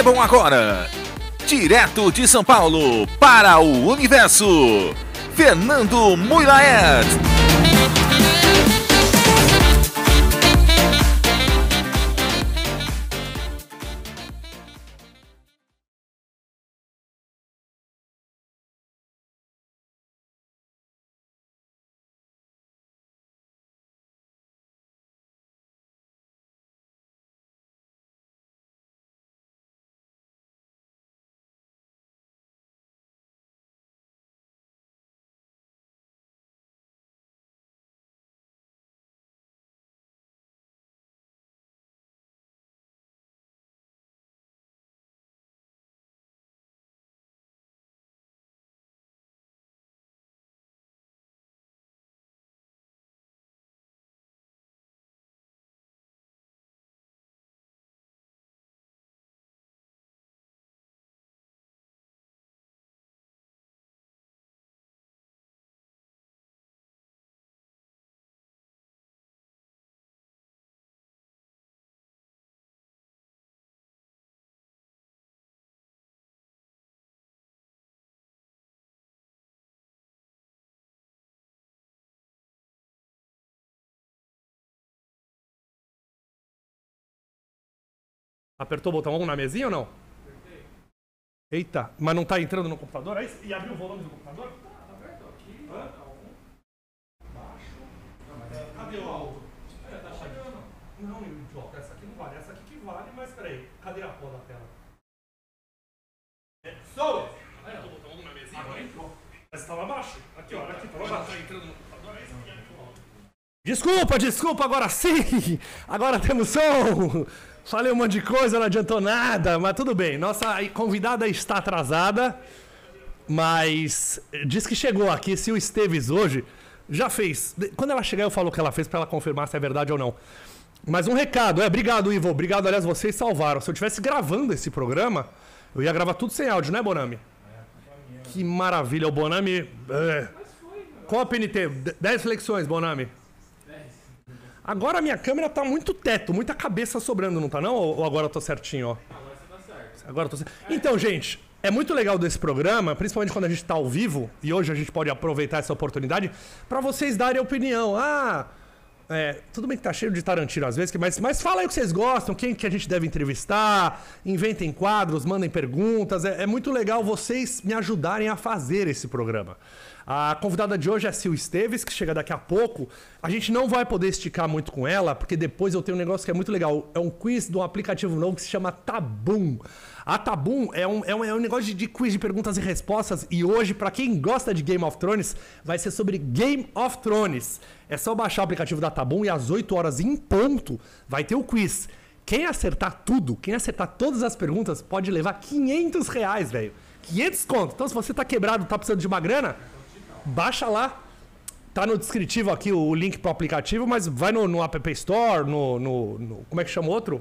Recebam agora, direto de São Paulo para o universo, Fernando Muylaet. Apertou o botão 1 na mesinha ou não? Apertei. Eita, mas não tá entrando no computador? Aí, e abriu o volume do computador? Tá aberto aqui, hã? Tá baixo. Não, mas cadê o alto? Tá chegando. Não, idiota, essa aqui não vale. Essa aqui que vale, mas peraí. Cadê a porra da tela? Sou! Apertou o botão 1 na mesinha? Agora entrou. Mas tava abaixo. Aqui, ó, aqui, tava abaixo. Tá entrando no computador, é isso que é o alto. Desculpa, agora sim! Agora temos som! Falei um monte de coisa, não adiantou nada, mas tudo bem. Nossa convidada está atrasada, mas diz que chegou aqui. Se o Esteves hoje já fez. Quando ela chegar, eu falo o que ela fez para ela confirmar se é verdade ou não. Mas um recado, obrigado, Ivo. Obrigado, aliás, vocês salvaram. Se eu estivesse gravando esse programa, eu ia gravar tudo sem áudio, né, Bonami? Que maravilha, o Bonami. Qual a PNT? 10 flexões, Bonami. Agora a minha câmera tá muito teto, muita cabeça sobrando, não tá não? Ou agora eu tô certinho, ó? Agora você tá certo. Agora eu tô certo. Então, gente, é muito legal desse programa, principalmente quando a gente tá ao vivo, e hoje a gente pode aproveitar essa oportunidade, pra vocês darem opinião. Tudo bem que tá cheio de Tarantino às vezes, mas fala aí o que vocês gostam, quem que a gente deve entrevistar, inventem quadros, mandem perguntas. É muito legal vocês me ajudarem a fazer esse programa. A convidada de hoje é a Sil Esteves, que chega daqui a pouco. A gente não vai poder esticar muito com ela, porque depois eu tenho um negócio que é muito legal. É um quiz de um aplicativo novo que se chama Tabum. A Tabum é um negócio de quiz de perguntas e respostas. E hoje, pra quem gosta de Game of Thrones, vai ser sobre Game of Thrones. É só baixar o aplicativo da Tabum e às 8 horas em ponto vai ter o quiz. Quem acertar tudo, quem acertar todas as perguntas, pode levar R$500, velho. 500 conto. Então, se você tá quebrado, tá precisando de uma grana, baixa lá. Tá no descritivo aqui o link pro aplicativo, mas vai no App Store, como é que chama o outro?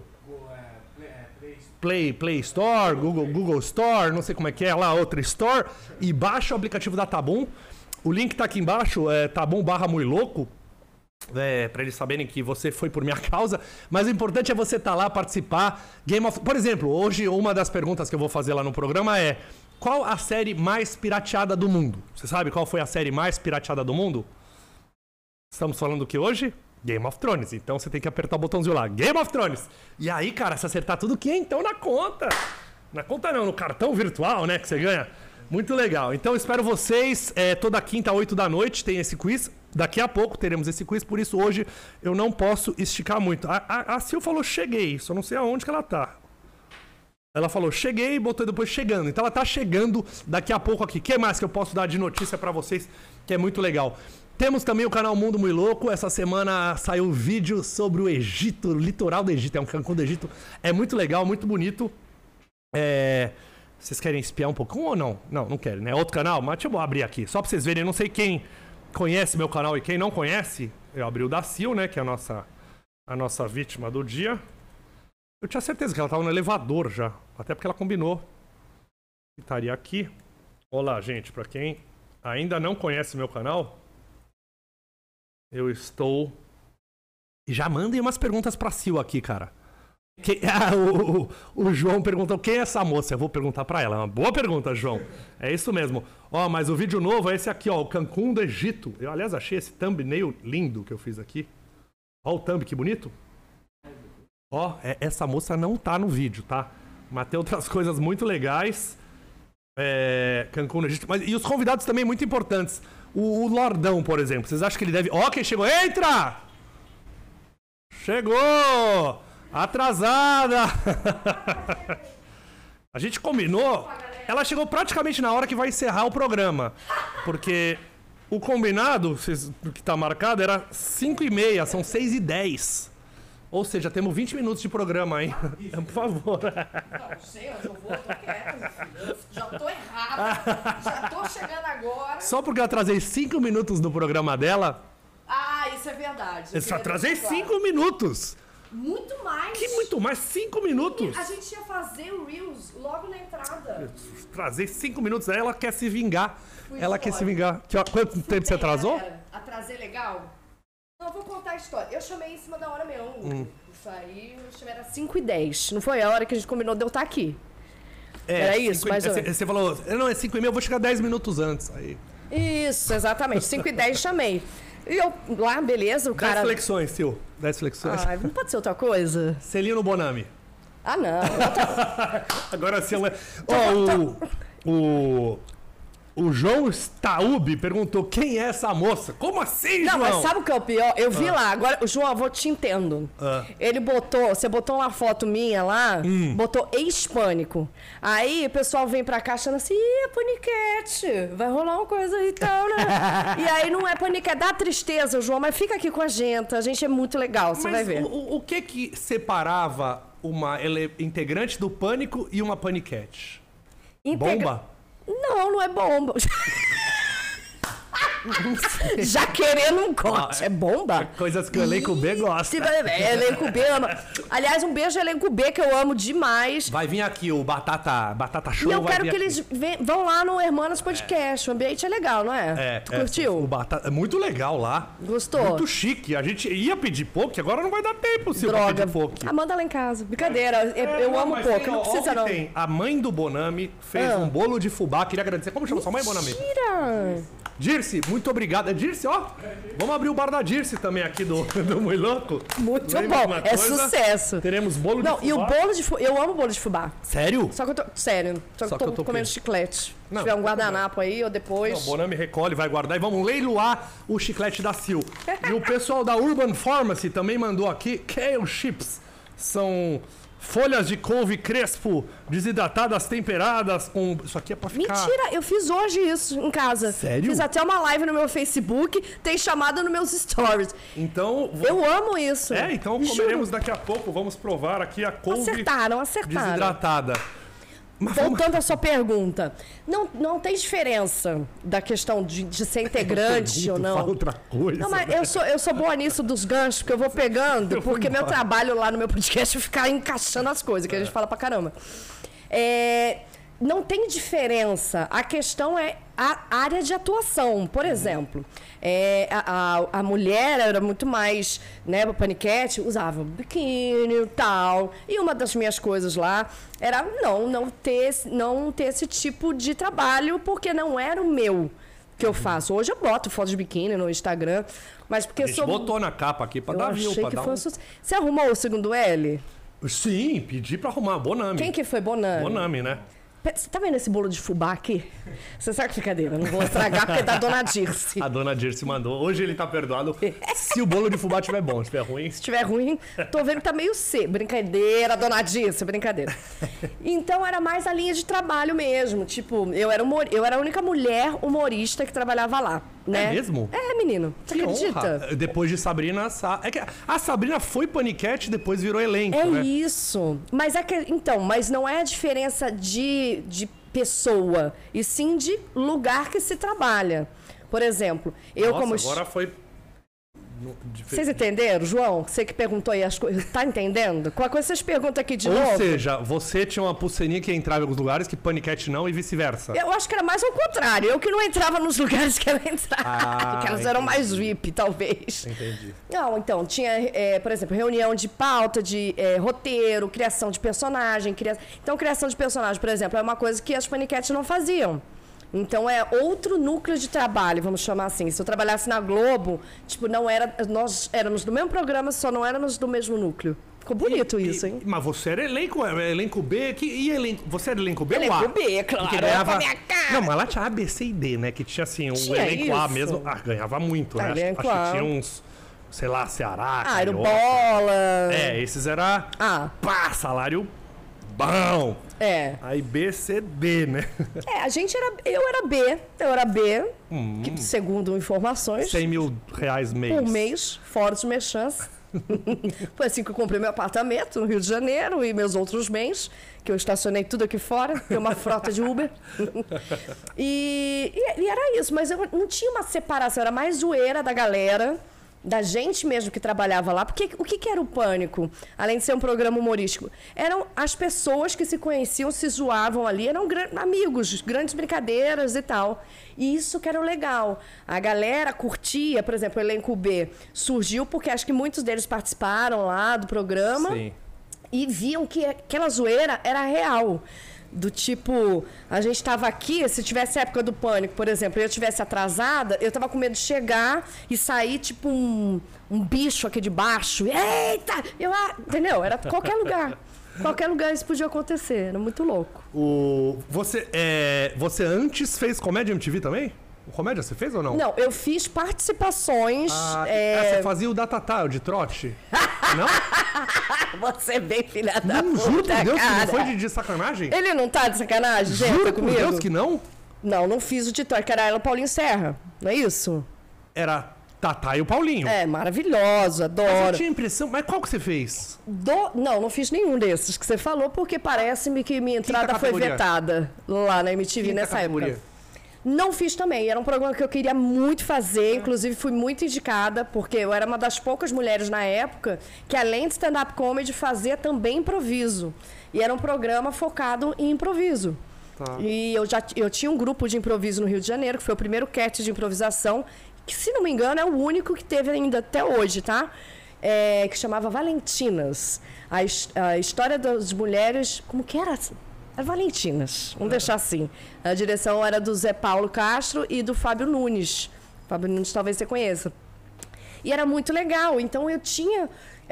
Play Store, Google Store, não sei como é que é lá, outra Store, e baixa o aplicativo da Tabum. O link tá aqui embaixo, é tabum.com/muiloco, pra eles saberem que você foi por minha causa. Mas o importante é você estar lá, participar. Por exemplo, hoje uma das perguntas que eu vou fazer lá no programa é: qual a série mais pirateada do mundo? Você sabe qual foi a série mais pirateada do mundo? Estamos falando do que hoje? Game of Thrones. Então você tem que apertar o botãozinho lá, Game of Thrones. E aí, cara, se acertar tudo, então na conta. Na conta não, no cartão virtual, né, que você ganha. Muito legal. Então espero vocês. Toda quinta, 8 da noite, tem esse quiz. Daqui a pouco teremos esse quiz, por isso hoje eu não posso esticar muito. A Sil falou cheguei, só não sei aonde que ela tá. Ela falou cheguei e botou depois chegando. Então ela tá chegando daqui a pouco aqui. O que mais que eu posso dar de notícia pra vocês, que é muito legal? Temos também o canal Mundo Muito Louco. Essa semana saiu um vídeo sobre o Egito, o litoral do Egito. É um Cancún do Egito. É muito legal, muito bonito. Vocês querem espiar um pouquinho ou não? Não querem, né? Outro canal? Mas deixa eu abrir aqui, só pra vocês verem. Eu não sei quem conhece meu canal e quem não conhece. Eu abri o da Sil, né? Que é a nossa vítima do dia. Eu tinha certeza que ela tava no elevador já. Até porque ela combinou que estaria aqui. Olá, gente. Pra quem ainda não conhece meu canal, eu estou... E já mandem umas perguntas pra Sil aqui, cara. O João perguntou quem é essa moça. Eu vou perguntar pra ela. É uma boa pergunta, João. É isso mesmo. Ó, mas o vídeo novo é esse aqui, ó. O Cancún do Egito. Eu, aliás, achei esse thumbnail lindo que eu fiz aqui. Ó o thumb, que bonito. Ó, essa moça não tá no vídeo, tá? Mas tem outras coisas muito legais. Cancún no Egito. E os convidados também muito importantes. O Lordão, por exemplo. Vocês acham que ele deve... Ó, quem chegou. Entra! Chegou! Atrasada! A gente combinou. Ela chegou praticamente na hora que vai encerrar o programa. Porque o combinado, que tá marcado, era 5h30, são 6h10. Ou seja, temos 20 minutos de programa aí. Por favor. Não sei, eu vou, tô quieta, meu filho. Eu já tô errada. Já tô chegando agora. Só porque eu atrasei 5 minutos no programa dela. Ah, isso é verdade. Eu só atrasei 5 minutos. Muito mais. Que muito mais? 5 minutos. A gente ia fazer o Reels logo na entrada. Atrasei 5 minutos. Aí ela quer se vingar. Fui Ela quer embora. se vingar. Quanto tempo você atrasou? Galera, atrasei legal? Não, eu vou contar a história. Eu chamei em cima da hora mesmo. Isso aí, eu chamei, era 5h10. Não foi a hora que a gente combinou de eu estar aqui. Era isso, mas... Você falou, não, é 5h30, eu vou chegar 10 minutos antes. Aí. Isso, exatamente. 5h10 chamei. E eu lá, beleza, o 10 cara... flexões, Sil. 10 flexões. Ah, não pode ser outra coisa? Celino Bonami. Ah, não. Agora sim, o João Staub perguntou quem é essa moça. Como assim, Não, João? mas sabe o que é o pior? Eu vi lá, agora, João, eu vou te entendo. Ele botou, você botou uma foto minha lá, botou ex-pânico. Aí o pessoal vem pra cá achando assim, ih, paniquete, vai rolar uma coisa aí e tal, né? E aí não é paniquete, dá tristeza, João, mas fica aqui com a gente é muito legal, você vai ver. O que separava uma integrante do Pânico e uma paniquete? Bomba? Não, não é bomba. Já querendo um corte. É bomba? Coisas que o elenco B gosta. Elenco B ama. Aliás, um beijo ao elenco B, que eu amo demais. Vai vir aqui o Batata Show. E eu vai quero vir que aqui. eles vão lá no Hermanas Podcast. O ambiente é legal, não é? Tu curtiu? O Batata, é muito legal lá. Gostou? Muito chique. A gente ia pedir poke, agora não vai dar tempo se eu Droga. pedir poke. Manda lá em casa. Brincadeira. Eu amo poke. Não precisa, não. Tem. A mãe do Bonami fez um bolo de fubá. Queria agradecer. Como chama sua mãe, Bonami? Tira! Dirce, muito obrigado. É Dirce, ó. Vamos abrir o bar da Dirce também aqui do Muito Louco. Muito Lembra bom. uma É coisa? sucesso. Teremos bolo de Não, fubá. e o bolo de fubá. Eu amo bolo de fubá. Sério? Só que eu tô. Sério. Só que eu tô comendo chiclete. Não, Se tiver um não guardanapo aí ou depois. O Bonami recolhe, vai guardar e vamos leiloar o chiclete da Sil. E o pessoal da Urban Pharmacy também mandou aqui Kale Chips. São folhas de couve crespo, desidratadas, temperadas, com... Isso aqui é pra ficar... Mentira, eu fiz hoje isso em casa. Sério? Fiz até uma live no meu Facebook, tem chamada nos meus stories. Então... Eu amo isso. Então Juro. comeremos daqui a pouco, vamos provar aqui a couve Acertaram. desidratada. Mas Voltando à sua pergunta, não tem diferença da questão de ser integrante ou não. Fala outra coisa. Não, mas eu sou boa nisso dos ganchos, que eu vou pegando, porque meu trabalho lá no meu podcast é ficar encaixando as coisas, que a gente fala pra caramba. Não tem diferença. A questão é a área de atuação. Por exemplo, a mulher era muito mais, né, o paniquete, usava biquíni e tal. E uma das minhas coisas lá era não ter esse tipo de trabalho, porque não era o meu que eu faço. Hoje eu boto foto de biquíni no Instagram, mas porque A gente botou na capa aqui pra eu dar view, achei pra que dar fosse... Você arrumou o segundo L? Sim, pedi pra arrumar. Bonami. Quem que foi Bonami? Bonami, né? Você tá vendo esse bolo de fubá aqui? Você sabe que brincadeira, não vou estragar porque é da Dona Dirce. A Dona Dirce mandou. Hoje ele tá perdoado. Se o bolo de fubá tiver bom, se tiver ruim... Se tiver ruim, tô vendo que tá meio seco. Brincadeira, Dona Dirce, brincadeira. Então era mais a linha de trabalho mesmo. Tipo, eu era a única mulher humorista que trabalhava lá, né? É mesmo? É, menino. Você Que acredita? honra. Depois de Sabrina... É que a Sabrina foi paniquete e depois virou elenco, É né? isso. Mas mas não é a diferença de pessoa, e sim de lugar que se trabalha. Por exemplo, eu Nossa, como... agora foi Vocês entenderam, João? Você que perguntou aí as coisas, tá entendendo? Qual coisa vocês perguntam aqui de novo? Ou seja, você tinha uma pulseirinha que entrava em alguns lugares que paniquete não e vice-versa. Eu acho que era mais ao contrário. Eu que não entrava nos lugares que ela entrava. Porque elas eram mais VIP, talvez. Entendi. Não, então, tinha, por exemplo, reunião de pauta, de roteiro, criação de personagem. Então, criação de personagem, por exemplo, é uma coisa que as paniquetes não faziam. Então é outro núcleo de trabalho, vamos chamar assim. Se eu trabalhasse na Globo, tipo, não era. Nós éramos do mesmo programa, só não éramos do mesmo núcleo. Ficou bonito isso, hein? Mas você era elenco B, você era elenco B ou A? Elenco B, claro. Que ganhava... Com a minha cara. Não, mas lá tinha A, B, C e D, né? Que tinha assim, o Tinha elenco A isso. mesmo. Ah, ganhava muito, né? Elenco Acho A. que tinha uns, sei lá, Ceará, Era o Carioca. Bola. Esses era pá, salário bom. Aí B, C, D, né? A gente era. Eu era B, que, segundo informações. 100 mil reais mês. Por mês, fora os merchans. Foi assim que eu comprei meu apartamento no Rio de Janeiro e meus outros bens, que eu estacionei tudo aqui fora, tem uma frota de Uber. e era isso, mas eu não tinha uma separação, era mais zoeira da galera, da gente mesmo que trabalhava lá. Porque o que era o Pânico? Além de ser um programa humorístico, eram as pessoas que se conheciam, se zoavam ali, eram amigos, grandes brincadeiras e tal. E isso que era o legal. A galera curtia, por exemplo, o elenco B surgiu porque acho que muitos deles participaram lá do programa. Sim. E viam que aquela zoeira era real. Do tipo, a gente estava aqui, se tivesse a época do Pânico, por exemplo, e eu estivesse atrasada, eu tava com medo de chegar e sair tipo um bicho aqui de baixo. Eita! Entendeu? Era qualquer lugar. Qualquer lugar isso podia acontecer. Era muito louco. Você antes fez comédia MTV também? Comédia você fez ou não? Não, eu fiz participações. Você fazia o da Tatá, o de trote? Não? Você é bem filha da puta, Juro por Deus cara. que não foi de sacanagem? Ele não tá de sacanagem, gente? Juro Tá por comigo? Deus que não? Não, não fiz o de trote, que era ela, Paulinho Serra. Não é isso? Era Tatá e o Paulinho. Maravilhoso, adoro. Mas eu tinha a impressão... Mas qual que você fez? Não fiz nenhum desses que você falou, porque parece-me que minha entrada foi categoria? vetada lá na MTV Quinta nessa categoria. época. Não fiz também. Era um programa que eu queria muito fazer. Inclusive, fui muito indicada, porque eu era uma das poucas mulheres na época que, além de stand-up comedy, fazia também improviso. E era um programa focado em improviso. Tá. E eu tinha um grupo de improviso no Rio de Janeiro, que foi o primeiro cast de improvisação, que, se não me engano, é o único que teve ainda até hoje, tá? Que chamava Valentinas. A história das mulheres... Como que era? Era Valentinas, vamos deixar assim. A direção era do Zé Paulo Castro e do Fábio Nunes. Fábio Nunes talvez você conheça. E era muito legal, então eu tinha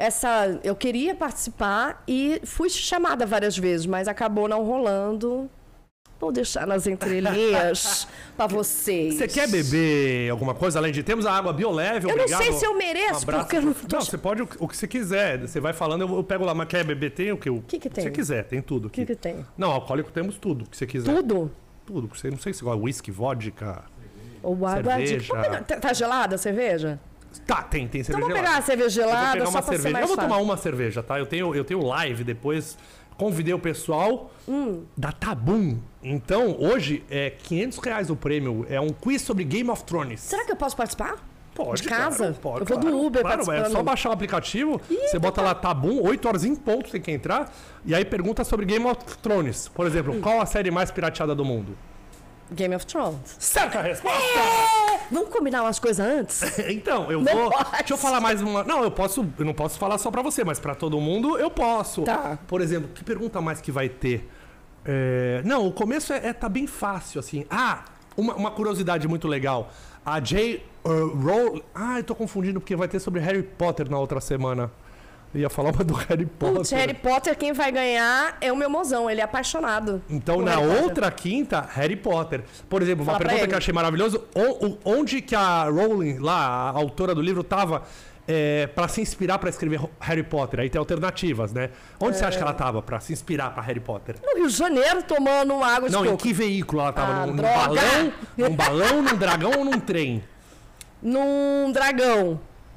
eu queria participar e fui chamada várias vezes, mas acabou não rolando. Vou deixar nas entrelinhas para vocês. Você quer beber alguma coisa além de... Temos a água Bioleve, Eu não obrigado. sei se eu mereço, porque eu não tô... Não, você pode o que você quiser. Você vai falando, eu pego lá. Mas quer beber? Tem o que? O que tem? Se você quiser, tem tudo O aqui. que tem? Não, alcoólico temos tudo que você quiser. Tudo? Tudo. Você não sei se gosta. Whisky, vodka... Ou água de... Cerveja. Tá gelada a cerveja? Tá, tem cerveja Então vamos pegar gelada. a cerveja Eu vou gelada pegar só uma pra ser cerveja. mais Eu vou fácil. tomar uma cerveja, tá? Eu tenho live depois. Convidei o pessoal da Tabum. Então, hoje é R$500 o prêmio. É um quiz sobre Game of Thrones. Será que eu posso participar? Pode, De casa? claro, pode, Eu vou do Uber claro, participando. é só baixar o aplicativo, você bota lá Tabum, 8 horas em ponto tem que entrar, e aí pergunta sobre Game of Thrones. Por exemplo, qual a série mais pirateada do mundo? Game of Thrones. Certa resposta! Vamos combinar umas coisas antes? Então, eu Não vou... pode. Deixa eu falar mais uma... Não, eu não posso falar só pra você, mas pra todo mundo eu posso. Tá. Por exemplo, que pergunta mais que vai ter? Não, o começo tá bem fácil, assim. Uma curiosidade muito legal. A J. Rowling... eu tô confundindo porque vai ter sobre Harry Potter na outra semana. Eu ia falar uma do Harry Potter. Putz, Harry Potter, quem vai ganhar é o meu mozão. Ele é apaixonado. Então, por na Harry Potter. outra quinta, Harry Potter. Por exemplo, uma Fala pra pergunta ele. que eu achei maravilhosa. Onde que a Rowling, lá, a autora do livro, tava pra se inspirar pra escrever Harry Potter? Aí tem alternativas, né? Onde você acha que ela tava pra se inspirar pra Harry Potter? No Rio de Janeiro, tomando uma água de Não, em coco. que veículo ela tava? Num droga! balão? Num balão, num dragão ou num trem? Num dragão.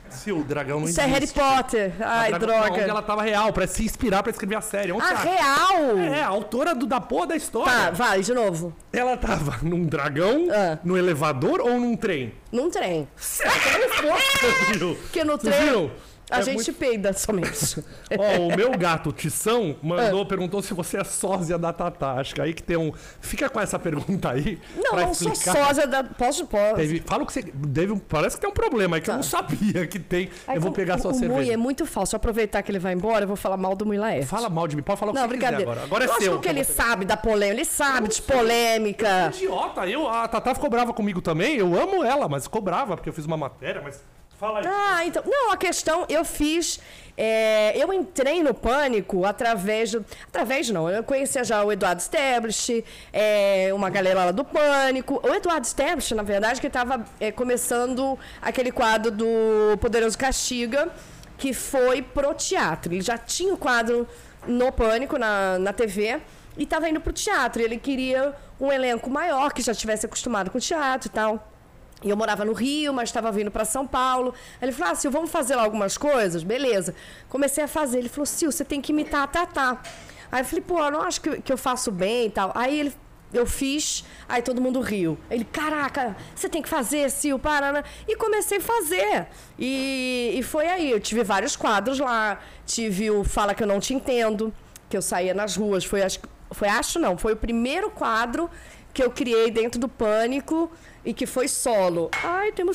Se o dragão não Isso é Harry existe. Potter. Ai, Onde droga. ela tava real, pra se inspirar pra escrever a série. Onde Ah, você acha? real? É, a autora da porra da história. Tá, vai, de novo. Ela tava num dragão, Ah. no elevador ou num trem? Num trem. Viu? Porque no Vocês trem viram? a É gente muito- peida somente. Ó, o meu gato, Tição, perguntou se você é sósia da Tatá. Acho que aí que tem um... Fica com essa pergunta aí. Não, pra não sou explicar. sósia da... Posso? Fala o que você... Parece que tem um problema aí que eu não sabia que tem. Ai, Eu vou pegar sua o Mui cerveja. é muito falso. Aproveitar que ele vai embora, eu vou falar mal do Mui Laerte. Fala mal de mim, pode falar o que Não, você quiser brincadeira. agora. Agora é Lógico seu. que ele sabe da polêmica, ele sabe de polêmica. Idiota, a Tatá ficou brava comigo também. Eu amo ela, mas ficou brava porque eu fiz uma matéria, mas... Fala aí. Ah, então. Não, a questão, eu fiz. Eu entrei no Pânico através. Não, eu conhecia já o Eduardo Stablish, uma galera lá do Pânico. O Eduardo Stablish, na verdade, que estava começando aquele quadro do Poderoso Castiga, que foi pro teatro. Ele já tinha o quadro no Pânico, na TV, e estava indo pro teatro. Ele queria um elenco maior, que já tivesse acostumado com teatro e tal. E eu morava no Rio, mas estava vindo para São Paulo. Aí ele falou, Sil, vamos fazer lá algumas coisas? Beleza. Comecei a fazer. Ele falou, Sil, você tem que imitar a Tatá. Aí eu falei, pô, eu não acho que eu faço bem e tal. Aí eu fiz, aí todo mundo riu. Ele, caraca, você tem que fazer, Sil, para. E comecei a fazer. E foi aí. Eu tive vários quadros lá. Tive o Fala Que Eu Não Te Entendo, que eu saía nas ruas. Foi o primeiro quadro que eu criei dentro do Pânico. E que foi solo. Ai, temos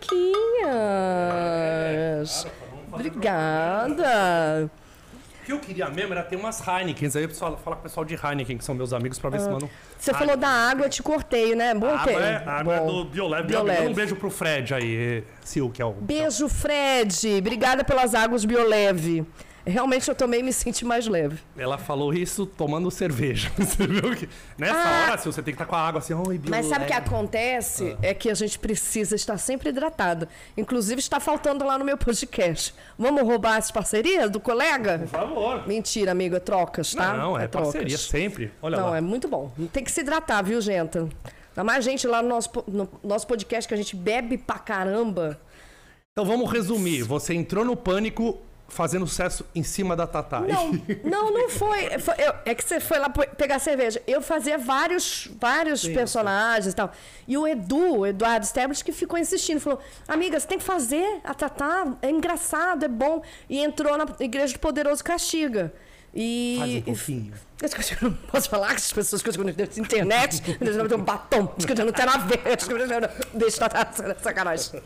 canequinhas. Obrigada. O que eu queria mesmo era ter umas Heinekens. Aí eu preciso falar com o pessoal de Heineken, que são meus amigos, pra ver se mandam. Você falou da água, eu te cortei, né? Bom A tempo. água é do Bioleve. Bioleve. Um beijo pro Fred aí, Sil, que é o... Beijo, Fred. Obrigada pelas águas Bioleve. Realmente eu tomei e me senti mais leve. Ela falou isso tomando cerveja. Você viu que nessa hora, Sil, você tem que estar com a água assim, oi, Bioleve. Mas sabe o que acontece? É que a gente precisa estar sempre hidratado. Inclusive, está faltando lá no meu podcast. Vamos roubar as parcerias do colega? Por favor. Mentira, amigo, é trocas, tá? Não, é trocas. parceria sempre. Olha Não, lá. é muito bom. Tem que se hidratar, viu, gente? Ainda mais gente lá no nosso podcast que a gente bebe pra caramba. Então vamos resumir. Você entrou no Pânico fazendo sucesso em cima da Tatá. Não foi. É que você foi lá pegar cerveja. Eu fazia vários personagens e tal. E o Eduardo Stablish, que ficou insistindo. Falou, amiga, você tem que fazer a Tatá. É engraçado, é bom. E entrou na Igreja do Poderoso Castiga. E... Faz um pouquinho. Eu não posso falar que as pessoas que eu na internet tem um batom, não tem nada a ver. Deixa eu estar sacanagem.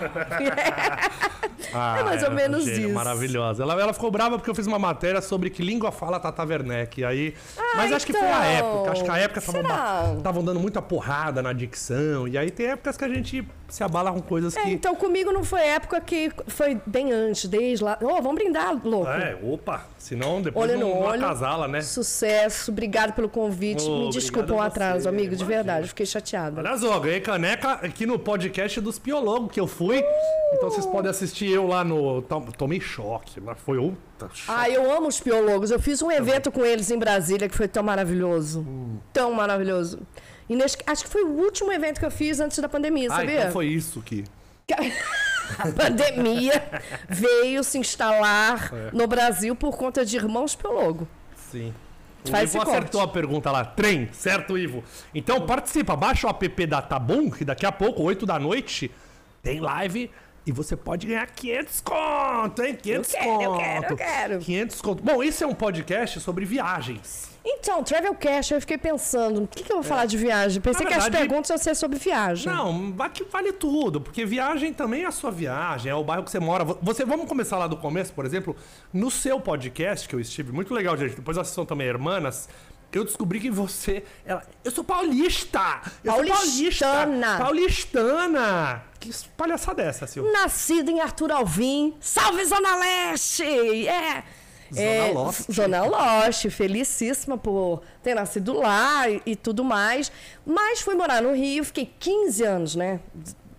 É mais ou menos gênio, isso. Maravilhosa. Ela ficou brava porque eu fiz uma matéria sobre que língua fala Tata Werneck. Aí, mas acho que foi a então. época. Acho que a época Será? estavam dando muita porrada na dicção. E aí tem épocas que a gente se abala com coisas que... Então comigo não foi época que foi bem antes, desde lá. Vamos brindar, louco. Opa. Senão depois Olho no não olho. acasala, né? Sucesso, obrigado pelo convite. Me desculpa o obrigado a atraso, você, amigo, de imagina. verdade, fiquei chateada. Olha só, ganhei caneca aqui no podcast dos Piologos que eu fui. Então vocês podem assistir eu lá no... Tomei choque, mas foi outra choque. Eu amo os piologos. Eu fiz um evento com eles em Brasília que foi tão maravilhoso. Tão maravilhoso. Acho que foi o último evento que eu fiz antes da pandemia, sabia? Então foi isso que... A pandemia veio se instalar no Brasil por conta de Irmãos Piologo. Sim. O Faz Ivo esse acertou corte. a pergunta lá. Trem, certo, Ivo? Então participa, baixa o app da Tabum, que daqui a pouco, 8 da noite, tem live e você pode ganhar 500 conto, hein? 500 conto. Eu quero. 500 conto. Bom, esse é um podcast sobre viagens. Então, Travelcast, eu fiquei pensando, o que eu vou falar de viagem? Pensei Na que as verdade- perguntas iam ser sobre viagem. Não, aqui vale tudo, porque viagem também é a sua viagem, é o bairro que você mora. Vamos começar lá do começo, por exemplo, no seu podcast, que eu estive, muito legal, gente, depois assistam também Hermanas, eu descobri que você... eu sou paulista! Eu sou Paulistana. Paulistana! Que palhaçada é essa, Silvia? Nascida em Arthur Alvim. Salve, Zona Leste! Zona Leste. Zona Leste, felicíssima por ter nascido lá e tudo mais. Mas fui morar no Rio, fiquei 15 anos, né?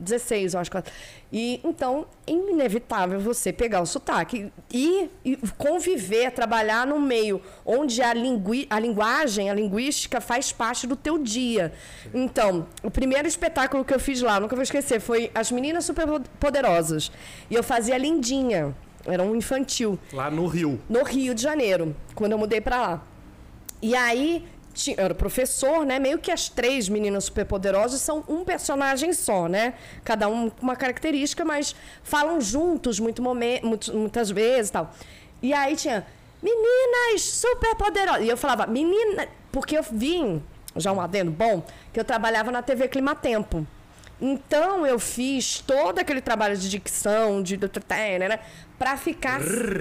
16, eu acho. E, então, é inevitável você pegar o sotaque e conviver, trabalhar num meio onde a linguagem, a linguística faz parte do teu dia. Então, o primeiro espetáculo que eu fiz lá, nunca vou esquecer, foi As Meninas Superpoderosas. E eu fazia Lindinha, era um infantil. Lá no Rio. No Rio de Janeiro, quando eu mudei pra lá. E aí, eu era professor, né? Meio que as 3 meninas superpoderosas são um personagem só, né? Cada um com uma característica, mas falam juntos muitas vezes e tal. E aí tinha meninas superpoderosas. E eu falava, menina... Porque eu vim, já um adendo bom, que eu trabalhava na TV Climatempo. Então, eu fiz todo aquele trabalho de dicção, né? Pra ficar...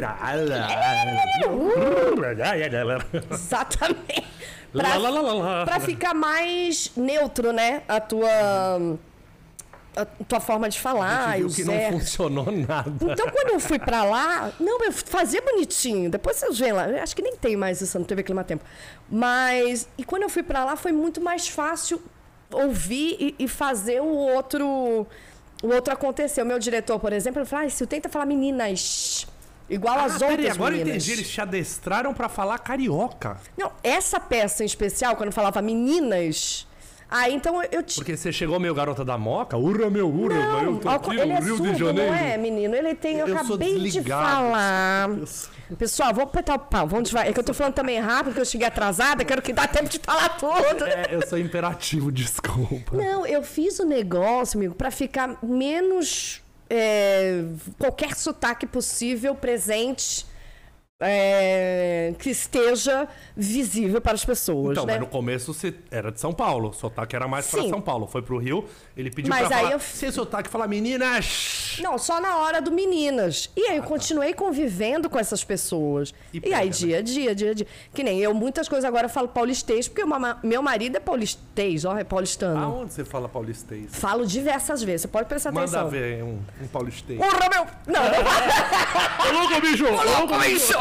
Exatamente. Pra ficar mais neutro, né? A tua forma de falar. Viu que não funcionou nada. Então, quando eu fui pra lá... Não, eu fazia bonitinho. Depois vocês veem lá. Eu acho que nem tem mais isso no TV Climatempo. Mas... E quando eu fui pra lá, foi muito mais fácil ouvir e fazer o outro acontecer. O meu diretor, por exemplo, ele falou, se eu tenta falar meninas, igual as outras agora meninas. Eu entendi, eles te adestraram pra falar carioca. Não, essa peça em especial, quando eu falava meninas, aí então eu... Porque você chegou meio garota da Moca, urra meu, urra, não, eu tô aqui ele no Rio surdo, de Janeiro. Não é, menino? Ele tem... Eu acabei de desligado. falar. Pessoal, vou apertar o pau. Vamos devagar. É que eu tô falando também rápido, porque eu cheguei atrasada, quero que dá tempo de falar tudo. Eu sou imperativo, desculpa. Não, eu fiz o negócio, amigo, pra ficar menos... qualquer sotaque possível presente... que esteja visível para as pessoas, Então, né? mas no começo você era de São Paulo, o sotaque era mais pra Sim. São Paulo. Foi pro Rio, ele pediu Mas pra aí falar, eu- sem sotaque, falar meninas. Não, só na hora do meninas. E aí eu continuei convivendo com essas pessoas. E E pega, aí, né? dia a dia. Que nem eu, muitas coisas agora eu falo paulistês, porque meu marido é paulistês, ó, é paulistano. Aonde você fala paulistês? Falo diversas vezes, você pode prestar Manda atenção. ver um paulistês. Porra, meu! Não, Ô, louco, bicho! Ô, louco, bicho!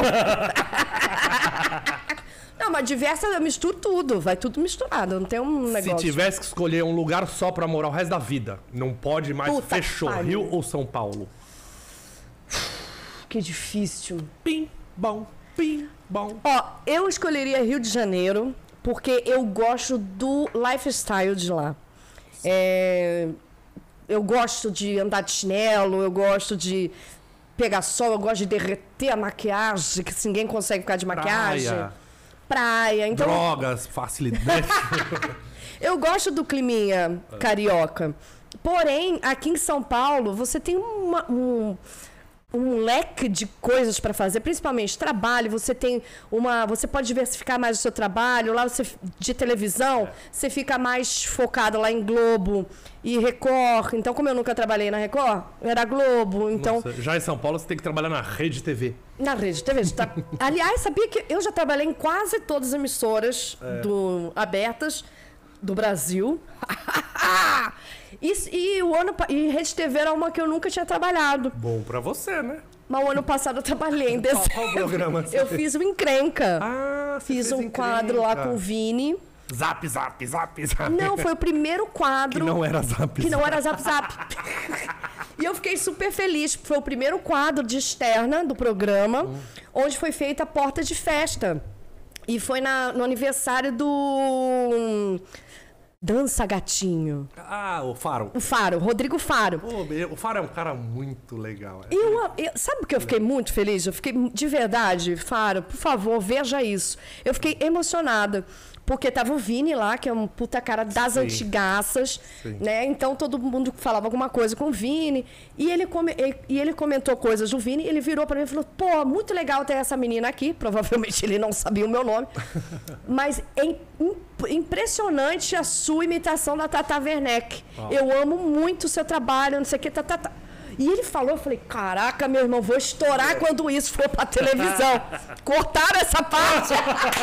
não, mas diversas, eu misturo tudo, vai tudo misturado, não tem um Se negócio. tivesse que escolher um lugar só pra morar o resto da vida, não pode mais, Puta fechou. que pariu. Rio ou São Paulo? Que difícil. Pim, bom, pim, bom. Ó, eu escolheria Rio de Janeiro, porque eu gosto do lifestyle de lá. Eu gosto de andar de chinelo, eu gosto de pegar sol, eu gosto de derreter a maquiagem, que ninguém consegue ficar de maquiagem. Praia. Então, Drogas, facilidade. eu gosto do climinha carioca. Porém, aqui em São Paulo, você tem um leque de coisas para fazer, principalmente trabalho, você pode diversificar mais o seu trabalho, lá você, de televisão, você fica mais focado lá em Globo e Record. Então, como eu nunca trabalhei na Record, era Globo, então... Nossa, já em São Paulo você tem que trabalhar na Rede TV. Na Rede TV. Aliás, sabia que eu já trabalhei em quase todas as emissoras abertas do Brasil. E Rede TV era uma que eu nunca tinha trabalhado. Bom pra você, né? Mas o ano passado eu trabalhei em dezembro. Qual programa você Eu fez? fiz o Encrenca. Ah, você Fiz fez um quadro lá encrenca. com o Vini. Zap, zap, zap, zap. Não, foi o primeiro quadro. Que não era zap, Que não zap. era Zap Zap. E eu fiquei super feliz, porque foi o primeiro quadro de externa do programa, onde foi feita a porta de festa. E foi no aniversário do Dança Gatinho. Ah, o Faro. O Faro, Rodrigo Faro. Pô, o Faro é um cara muito legal. Sabe o que eu fiquei muito feliz? Eu fiquei, de verdade, Faro, por favor, veja isso. Eu fiquei emocionada. Porque tava o Vini lá, que é um puta cara das Sim. antigaças, Sim. né? Então todo mundo falava alguma coisa com o Vini. E ele comentou coisas do Vini, ele virou pra mim e falou: pô, muito legal ter essa menina aqui. Provavelmente ele não sabia o meu nome. Mas é impressionante a sua imitação da Tata Werneck. Eu amo muito o seu trabalho, não sei o que, E ele falou, eu falei, caraca, meu irmão, vou estourar quando isso for pra televisão. Cortaram essa parte.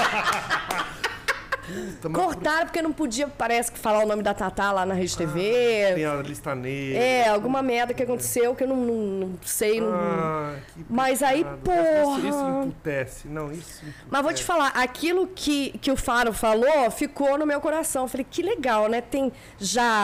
Cortaram porque não podia, parece que, falar o nome da Tatá lá na Rede TV. Tem a lista negra. Alguma merda que aconteceu que eu não sei. Que Mas aí, pecado. porra. Isso emputece. Não, isso emputece. Mas vou te falar, aquilo que o Faro falou ficou no meu coração. Eu falei, que legal, né? Tem já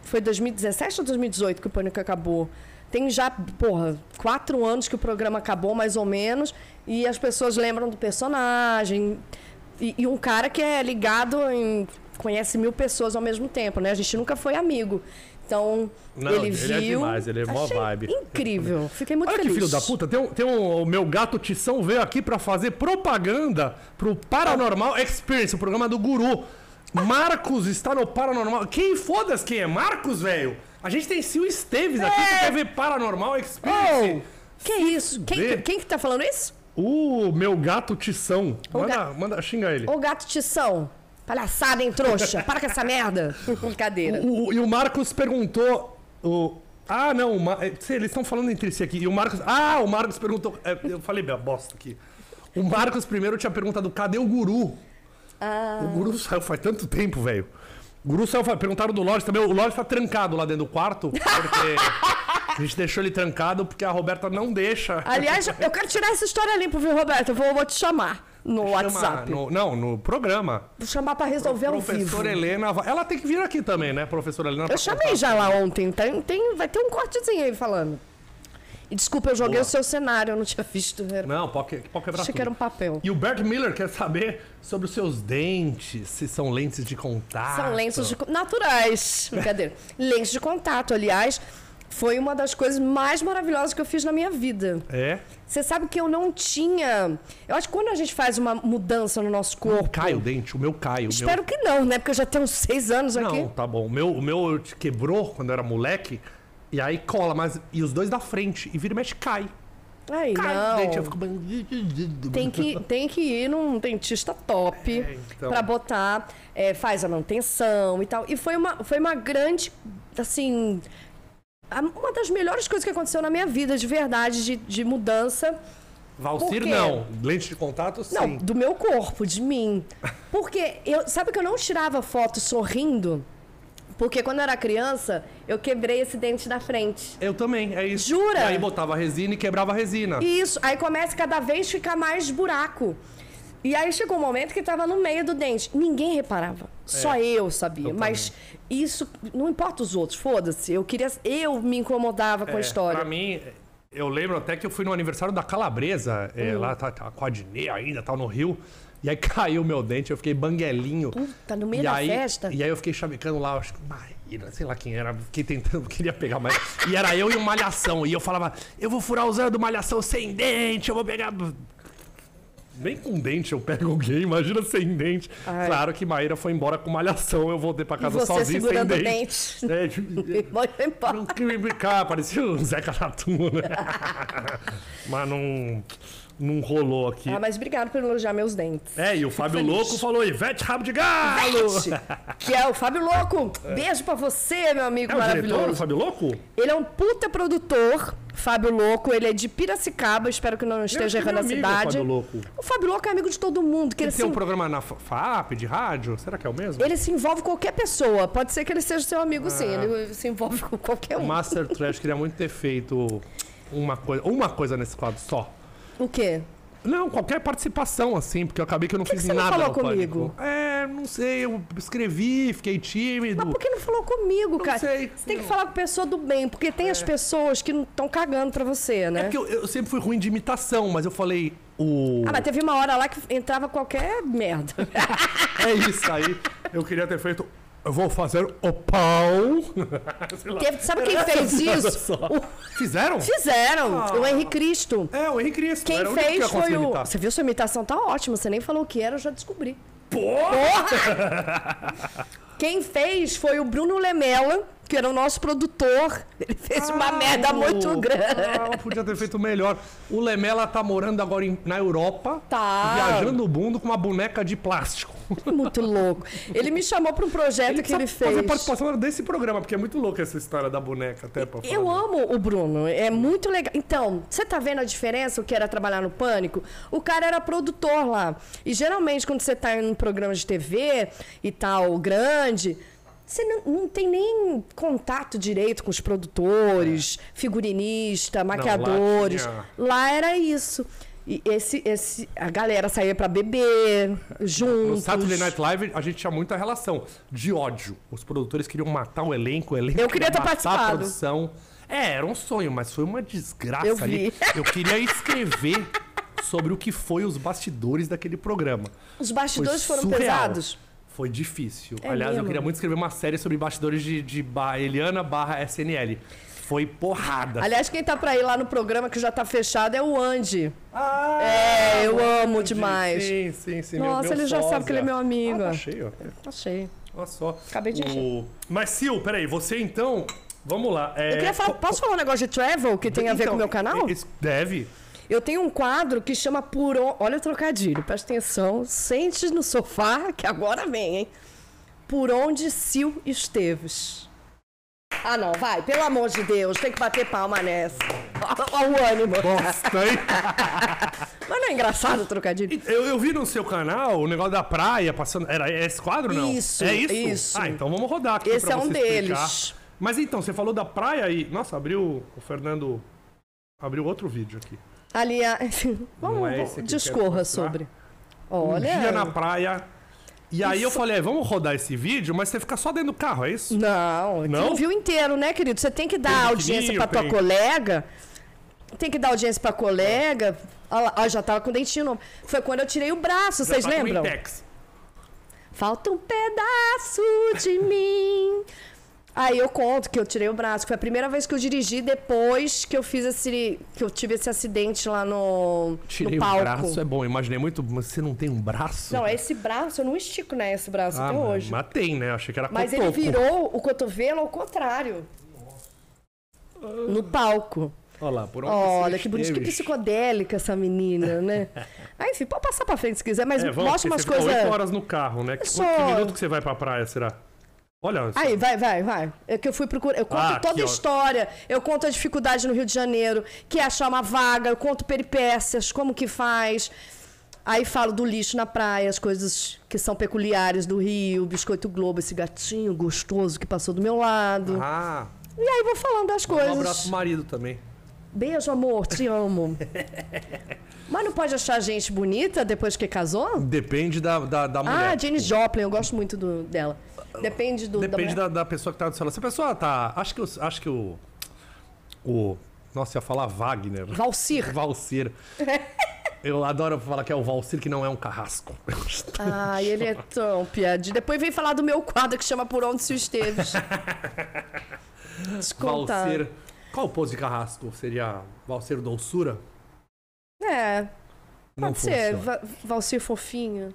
Foi 2017 ou 2018 que o Pânico acabou? Tem já, 4 anos que o programa acabou, mais ou menos, e as pessoas lembram do personagem. E um cara que é ligado conhece 1000 pessoas ao mesmo tempo, né? A gente nunca foi amigo. Então, ele viu... é demais, ele é mó vibe. Incrível. Fiquei muito Olha feliz. que filho da puta, o meu gato Tição veio aqui pra fazer propaganda pro Paranormal Experience, o programa do Guru. Marcos está no Paranormal. Foda-se quem é Marcos, velho? A gente tem Sil Esteves aqui que quer ver Paranormal Experience. Que isso? Quem que tá falando isso? O meu gato Tição. Manda, xinga ele. Ô gato Tição. Palhaçada, hein, trouxa? Para com essa merda. Brincadeira. E o Marcos perguntou... eles estão falando entre si aqui. E o Marcos... o Marcos perguntou... eu falei bosta aqui. O Marcos primeiro tinha perguntado, cadê o Guru? O Guru saiu faz tanto tempo, velho. O Guru saiu, perguntaram do Lorde também. O Lorde tá trancado lá dentro do quarto. Porque a gente deixou ele trancado porque a Roberta não deixa. Aliás, eu quero tirar essa história limpa, viu, Roberta? Eu vou te chamar no WhatsApp. No programa. Vou chamar pra resolver ao vivo. Professora Helena... Ela tem que vir aqui também, né, professora Helena? Eu chamei já lá ontem. Vai ter um cortezinho aí falando. E desculpa, eu joguei o seu cenário, eu não tinha visto. Não, pode quebrar Achei que era um papel. E o Bert Miller quer saber sobre os seus dentes, se são lentes de contato. São lentes naturais. Brincadeira. Lentes de contato, aliás, foi uma das coisas mais maravilhosas que eu fiz na minha vida. É? Você sabe que eu não tinha... Eu acho que quando a gente faz uma mudança no nosso corpo... Cai o dente, o meu cai. Espero que não, né? Porque eu já tenho uns 6 anos aqui. Não, tá bom. O meu quebrou quando eu era moleque. E aí cola, e os dois da frente. E vira e mexe, cai. Aí, Cai não. o dente, eu fico... Tem que ir num dentista top então. pra botar... faz a manutenção e tal. E foi uma grande, assim... Uma das melhores coisas que aconteceu na minha vida, de verdade, de mudança. Valcir, não. Lente de contato, sim. Não, do meu corpo, de mim. Porque, sabe que eu não tirava foto sorrindo? Porque quando eu era criança, eu quebrei esse dente da frente. Eu também, é isso. Jura? E aí botava resina e quebrava a resina. Isso, aí começa cada vez ficar mais buraco. E aí chegou um momento que tava no meio do dente. Ninguém reparava. Só eu sabia. Mas isso, não importa os outros, foda-se. Eu me incomodava com a história. Pra mim, eu lembro até que eu fui no aniversário da Calabresa, lá tá com a Dinê ainda, tá no Rio. E aí caiu o meu dente, eu fiquei banguelinho. Puta, no meio da festa? E aí eu fiquei chavecando lá, acho que Maíra, sei lá quem era, fiquei tentando, queria pegar, mas... E era eu e o Malhação, e eu falava, eu vou furar usando Malhação sem dente, eu vou pegar... Nem com dente eu pego alguém, imagina sem dente. Ai. Claro que Maíra foi embora com Malhação, eu voltei pra casa você sozinho sem segurando dente. o dente. Vai embora. Não queria brincar, parecia o Zeca Ratum, né? Mas não rolou aqui. Mas obrigado por elogiar meus dentes. E o Fábio Louco falou, Ivete Rabo de Galo! Que é o Fábio Louco. Beijo pra você, meu amigo O maravilhoso. diretor, o Fábio Louco? Ele é um puta produtor, Fábio Louco. Ele é de Piracicaba, espero que não esteja errando a cidade. O Fábio Louco. O Fábio Louco é amigo de todo mundo. Que Ele tem um programa na FAP, de rádio? Será que é o mesmo? Ele se envolve com qualquer pessoa. Pode ser que ele seja seu amigo, sim. Ele se envolve com qualquer O um. Master Trash queria muito ter feito uma coisa nesse quadro só. O quê? Não, qualquer participação, assim, porque eu acabei que eu não fiz você não nada falou no comigo? Pânico. Não sei, eu escrevi, fiquei tímido. Mas por que não falou comigo, cara? sei. Você tem que falar com pessoa do bem, porque tem as pessoas que não estão cagando pra você, né? É porque eu sempre fui ruim de imitação, mas eu falei mas teve uma hora lá que entrava qualquer merda. É isso aí. Eu queria ter feito... Eu vou fazer o pau. Sabe quem fez isso? Fizeram? Fizeram. O Henrique Cristo. O Henrique Cristo. Quem Era o único que fez eu foi consegui o... imitar. Você viu sua imitação? Tá ótima. Você nem falou o que era, eu já descobri. Porra! Quem fez foi o Bruno Lemela, que era o nosso produtor. Ele fez uma merda muito grande. Podia ter feito melhor. O Lemela tá morando agora na Europa. Tá. Viajando o mundo com uma boneca de plástico. Muito louco. Ele me chamou para um projeto que ele fez. Fazer participação desse programa, porque é muito louco essa história da boneca, até pra falar. Eu amo o Bruno, é muito legal. Então, você tá vendo a diferença, o que era trabalhar no Pânico? O cara era produtor lá. E geralmente, quando você tá em um programa de TV e tal, grande, você não tem nem contato direito com os produtores, figurinista, maquiadores. lá tinha... Lá era isso. E a galera saía pra beber, No juntos. Saturday Night Live, a gente tinha muita relação de ódio. Os produtores queriam matar o elenco Eu queria ter matar a participado. produção. Era um sonho, mas foi uma desgraça Eu vi. ali. Eu queria escrever sobre o que foi os bastidores daquele programa. Os bastidores Foi foram surreal. pesados. Foi difícil. É Aliás, eu mesmo? queria muito escrever uma série sobre bastidores de Eliana/SNL. Foi porrada. Aliás, quem tá pra ir lá no programa que já tá fechado é o Andy. Ah, eu amo demais. Sim. Nossa, ele já sabe que ele é meu amigo. Tá cheio. Achei. Olha só. Acabei de encher. Mas, Sil, peraí, você então... Vamos lá. Eu queria falar, posso falar um negócio de travel que tem a ver Então, com o meu canal? Deve. Eu tenho um quadro que chama Por Onde... Olha o trocadilho, presta atenção. Sente no sofá, que agora vem, hein? Por Onde Sil Esteves. Ah, não, vai. Pelo amor de Deus, tem que bater palma nessa. Olha o ânimo. Bosta, hein? Mas não é engraçado o trocadilho? Eu vi no seu canal o negócio da praia passando... Era esse quadro, não? Isso, É isso? isso. Ah, então vamos rodar aqui Esse pra é um você deles. explicar. Mas então, você falou da praia e... Nossa, abriu... O Fernando abriu outro vídeo aqui. Aliás, Não é esse vamos, que eu discorra quero mostrar? sobre. Um Olha. dia na praia... E aí eu falei, vamos rodar esse vídeo, mas você fica só dentro do carro, é isso? Não, Não? você não viu inteiro, né, querido? Você tem que dar Tem audiência pra tua biquininho, colega. Tem que dar audiência pra colega. Olha lá, ó, já tava com o dentinho novo. Foi quando eu tirei o braço, vocês Já tá com lembram? Intex. Falta um pedaço de mim. Aí eu conto que eu tirei o braço, que foi a primeira vez que eu dirigi depois que eu fiz que eu tive esse acidente lá no Tirei o palco. braço, é bom. Imaginei muito, mas você não tem um braço? Não, esse braço, eu não estico, né, esse braço até mas- hoje. Mas tem, né? Achei que era Mas ele cotoco. virou o cotovelo ao contrário. No palco. Olha lá, por onde Olha, você que bonito, que esteve. psicodélica essa menina, né? Aí, enfim, pode passar pra frente se quiser, mas Vamos, mostra umas porque você fica 8 coisas... horas no carro, né? Que, Só- que minuto que você vai pra praia, será? Olha, Aí, vai. É que eu fui procurar. Eu conto Ah, toda aqui, a ó. história. Eu conto a dificuldade no Rio de Janeiro, que é achar uma vaga. Eu conto peripécias, como que faz. Aí falo do lixo na praia, as coisas que são peculiares do Rio, Biscoito Globo, esse gatinho gostoso que passou do meu lado. Ah, E aí vou falando das um coisas. abraço pro marido também. Beijo, amor, te amo. Mas não pode achar gente bonita depois que casou? Depende da mulher. Ah, Janis Joplin, eu gosto muito dela. Depende do. Depende mulher. da pessoa que tá do seu lado. Se a pessoa tá... Acho que o... Nossa, ia falar Wagner. Valcir. Valcir. Eu adoro falar que é o Valcir, que não é um carrasco. Ah, ele é tão piadinho. Depois vem falar do meu quadro que chama Por Onde Se Esteves. Descontar. Valcir. Qual o pose de carrasco? Seria Valcir doçura? É, Não pode ser. funciona. Valcir fofinho.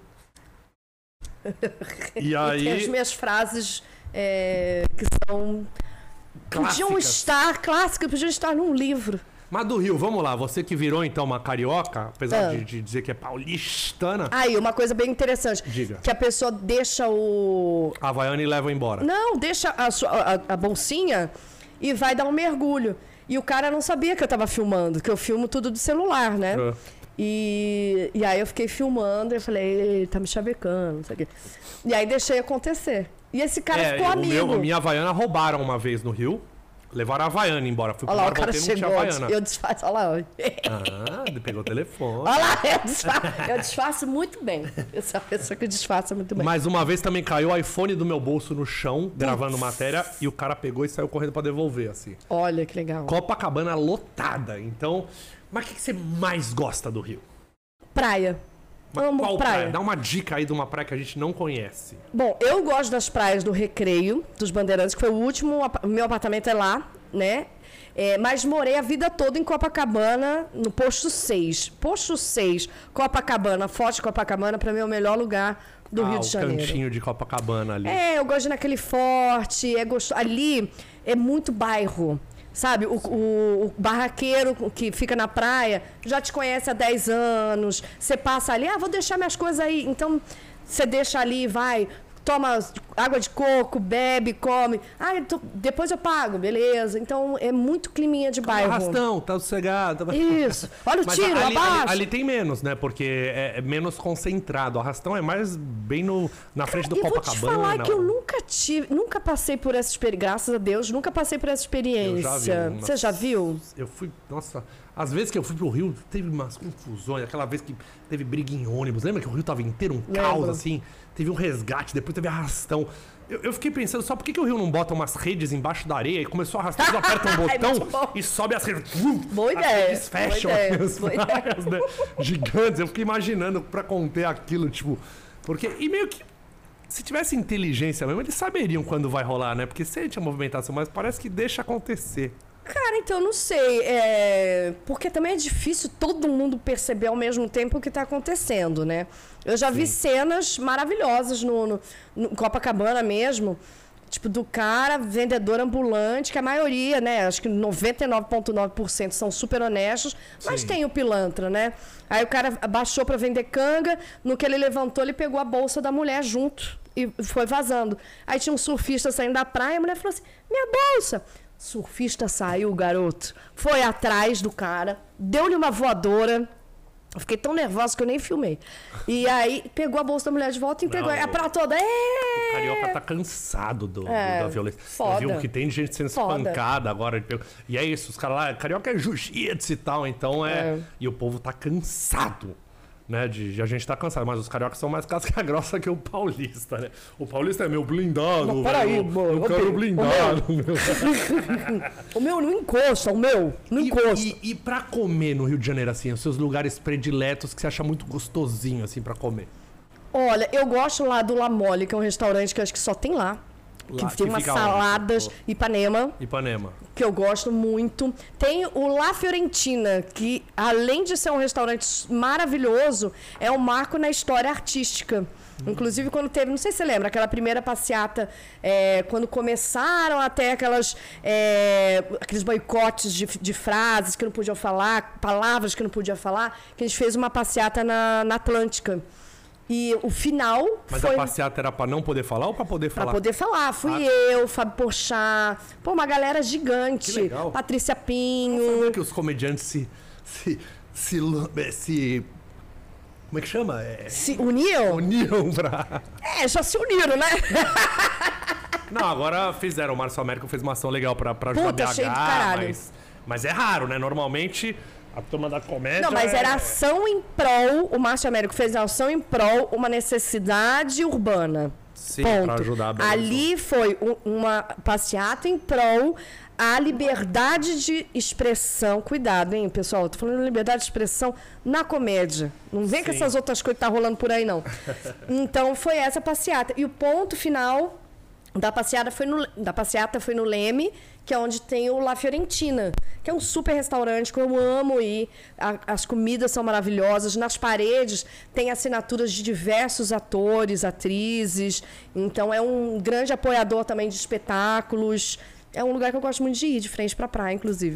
E E tem as aí... minhas frases que são... Podiam Clássicas. estar, clássicas, podiam estar num livro. Mas do Rio, vamos lá. Você que virou, então, uma carioca, apesar Ah. de dizer que é paulistana, Aí, uma coisa bem interessante. Diga. Que a pessoa deixa o... a Havaiana e leva embora. Não, deixa a bolsinha e vai dar um mergulho. E o cara não sabia que eu tava filmando, que eu filmo tudo do celular, né? Ah. E aí eu fiquei filmando, eu falei, ele tá me chavecando, não sei o quê. E aí deixei acontecer. E esse cara ficou amigo. A minha Havaiana roubaram uma vez no Rio. Levaram a Havaiana embora. Fui pro Olha lá, bar, o cara voltei, não tinha chegou, Havaiana. eu disfarço, olha lá. Ah, ele pegou o telefone. Olha lá, eu disfarço muito bem. Eu sou a pessoa que disfarça muito bem. Mas uma vez também caiu o iPhone do meu bolso no chão, gravando matéria, e o cara pegou e saiu correndo pra devolver, assim. Olha que legal. Copacabana lotada, então... Mas o que você mais gosta do Rio? Praia. Mas Amo qual praia. Dá uma dica aí de uma praia que a gente não conhece. Bom, eu gosto das praias do Recreio, dos Bandeirantes, que foi o último, meu apartamento é lá, né? Mas morei a vida toda em Copacabana, no Posto 6. Posto 6, Copacabana, Forte Copacabana, pra mim é o melhor lugar do Rio de Janeiro. O cantinho de Copacabana ali. Eu gosto de ir naquele forte, ali é muito bairro. Sabe, o barraqueiro que fica na praia já te conhece há 10 anos. Você passa ali, vou deixar minhas coisas aí. Então, você deixa ali, vai, toma água de coco, bebe, come. Depois eu pago, beleza. Então, é muito climinha de bairro. Arrastão, tá sossegado. Isso. Olha o Mas tiro, abaixo. ali tem menos, né? Porque é menos concentrado. O arrastão é mais bem na frente do E vou te Copacabana. falar que eu nunca passei por essa experiência, graças a Deus, nunca passei por essa experiência. Eu já vi, Você já viu? Eu fui, nossa, Às vezes que eu fui pro Rio, teve umas confusões. Aquela vez que teve briga em ônibus. Lembra que o Rio tava inteiro um caos, assim? Teve um resgate, depois teve arrastão. Eu fiquei pensando, só por que o Rio não bota umas redes embaixo da areia e começou a arrastar, eles apertam um botão e sobe as redes. Boa ideia. Eles fecham as praias, né? Gigantes. Eu fiquei imaginando pra conter aquilo, tipo... Porque... E meio que... Se tivesse inteligência mesmo, eles saberiam quando vai rolar, né? Porque sente a movimentação, mas parece que deixa acontecer. Cara, então eu não sei. Porque também é difícil todo mundo perceber ao mesmo tempo o que tá acontecendo, né? Eu já vi cenas maravilhosas no Copacabana mesmo. Tipo, do cara, vendedor ambulante, que a maioria, né? Acho que 99,9% são super honestos, mas tem o pilantra, né? Aí o cara baixou pra vender canga, no que ele levantou, ele pegou a bolsa da mulher junto e foi vazando. Aí tinha um surfista saindo da praia, a mulher falou assim, minha bolsa! Surfista saiu, garoto, foi atrás do cara, deu-lhe uma voadora. Eu fiquei tão nervosa que eu nem filmei. E aí, pegou a bolsa da mulher de volta e entregou. A praia toda... O carioca tá cansado da violência. Foda. Eu vi que tem gente sendo espancada agora. E é isso, os caras lá... Carioca é jiu-jitsu e tal, então E o povo tá cansado. Né, a gente tá cansado, mas os cariocas são mais casca grossa que o paulista, né? O paulista é meu blindado. Não, peraí, eu quero blindado. O meu não encosta, não encosta. E pra comer no Rio de Janeiro, assim, os seus lugares prediletos que você acha muito gostosinho, assim, pra comer? Olha, eu gosto lá do La Mole, que é um restaurante que eu acho que só tem lá. Que tem umas saladas, Ipanema, que eu gosto muito. Tem o La Fiorentina, que além de ser um restaurante maravilhoso, é um marco na história artística. Inclusive, quando teve, não sei se você lembra, aquela primeira passeata, quando começaram até aqueles boicotes de frases que não podiam falar, palavras que não podiam falar, que a gente fez uma passeata na Atlântica. E o final Mas foi... a passeata era pra não poder falar ou pra poder falar? Pra poder falar. Fui eu, Fábio Porchat, uma galera gigante. Que legal. Patrícia Pinho. Como é que os comediantes se como é que chama? Se uniam? Uniam pra... Já se uniram, né? Não, agora fizeram. O Márcio Américo fez uma ação legal pra ajudar BH, achei do caralho. Mas é raro, né? Normalmente... A turma da comédia... Não, mas era ação em prol... O Márcio Américo fez ação em prol uma necessidade urbana. Sim, ponto. Pra ajudar a Bela Ali foi uma passeata em prol à liberdade de expressão. Cuidado, hein, pessoal? Tô falando de liberdade de expressão na comédia. Não vem com essas outras coisas que tá rolando por aí, não. Então, foi essa passeata. E o ponto final da passeata foi no Leme, que é onde tem o La Fiorentina, que é um super restaurante que eu amo ir. As comidas são maravilhosas. Nas paredes tem assinaturas de diversos atores, atrizes. Então é um grande apoiador também de espetáculos. É um lugar que eu gosto muito de ir, de frente pra praia, inclusive.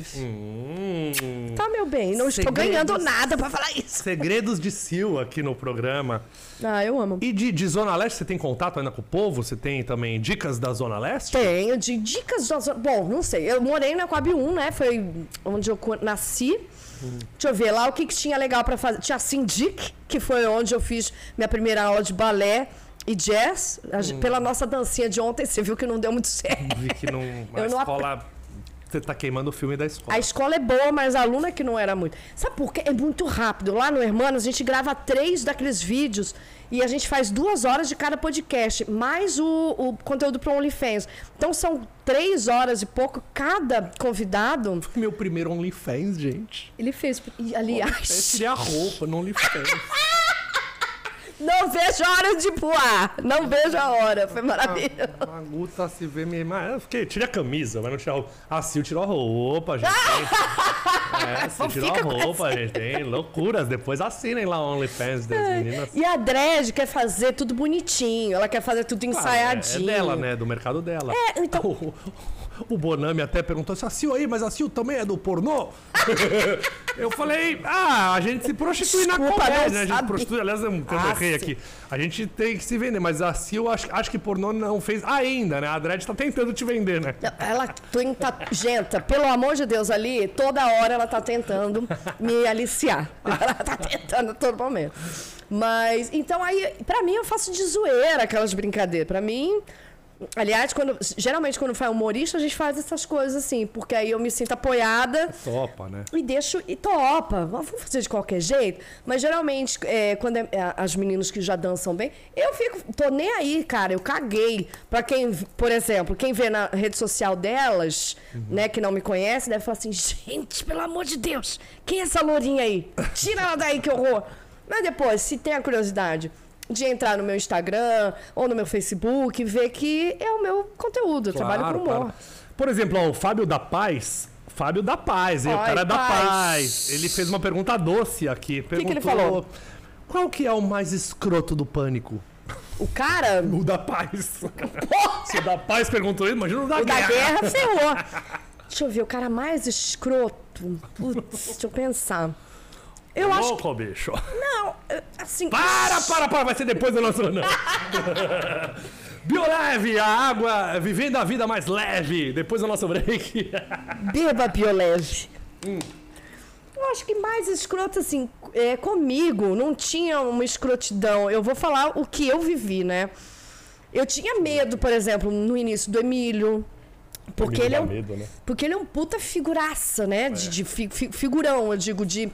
Tá, meu bem. Não estou ganhando nada pra falar isso. Segredos de Sil aqui no programa. Eu amo. E de Zona Leste, você tem contato ainda com o povo? Você tem também dicas da Zona Leste? Tenho, de dicas da Zona... Bom, não sei. Eu morei na Coab 1, né? Foi onde eu nasci. Deixa eu ver lá o que tinha legal pra fazer. Tinha a Sindic, que foi onde eu fiz minha primeira aula de balé e jazz. Pela nossa dancinha de ontem, você viu que não deu muito certo. Vi que não... A escola... Você tá queimando o filme da escola. A escola é boa, mas a aluna que não era muito. Sabe por quê? É muito rápido. Lá no Hermanos, a gente grava 3 daqueles vídeos e a gente faz 2 horas de cada podcast, mais o conteúdo pro OnlyFans. Então são 3 horas e pouco cada convidado. Foi meu primeiro OnlyFans, gente. Ele fez. E, aliás. Eu tirei a roupa no OnlyFans. Não vejo a hora de voar. Não vejo a hora. Foi maravilhoso. A Guta se vê mesmo. Eu fiquei, tirei a camisa, mas não tirei a roupa. A Sil tirou a roupa, gente. Você tirou a roupa, gente. Tem loucuras. Depois assinem lá o OnlyFans das meninas. E a Dredd quer fazer tudo bonitinho. Ela quer fazer tudo ensaiadinho. É dela, né? Do mercado dela. Então... O Bonami até perguntou se a Sil aí, mas a Sil também é do pornô? Eu falei, a gente se prostitui na comédia, né? A gente prostitui, aliás, eu errei aqui. A gente tem que se vender, mas a Sil acho que pornô não fez ainda, né? A Dredd tá tentando te vender, né? Ela tenta, gente, pelo amor de Deus, ali, toda hora ela tá tentando me aliciar. Ela tá tentando a todo momento. Mas, então aí, pra mim, eu faço de zoeira aquelas brincadeiras. Pra mim... Aliás, geralmente quando faz humorista, a gente faz essas coisas assim, porque aí eu me sinto apoiada. Topa, né? E deixo, e topa, vamos fazer de qualquer jeito. Mas geralmente, quando as meninas que já dançam bem, eu tô nem aí, cara, eu caguei. Pra quem, por exemplo, quem vê na rede social delas, né, que não me conhece, deve falar assim, gente, pelo amor de Deus, quem é essa lourinha aí? Tira ela daí, que horror. Mas depois, se tem a curiosidade de entrar no meu Instagram ou no meu Facebook e ver que é o meu conteúdo, eu trabalho com humor. Claro. Por exemplo, ó, o Fábio da Paz, o cara é da Paz. Ele fez uma pergunta doce aqui. Que ele falou? Qual que é o mais escroto do Pânico? O cara... O da Paz. Porra! Se o da Paz perguntou isso, imagina o da O Guerra. da guerra ferrou. Deixa eu ver, o cara mais escroto. Putz, deixa eu pensar. Eu acho Louco, bicho. Não, assim... Para, vai ser depois do nosso... Não. Bioleve, a água, vivendo a vida mais leve, depois do nosso break. Beba Bioleve. Eu acho que mais escroto, assim, comigo não tinha uma escrotidão. Eu vou falar o que eu vivi, né? Eu tinha medo, por exemplo, no início do Emílio. Porque ele, porque ele é um puta figuraça, né? De figurão, eu digo, de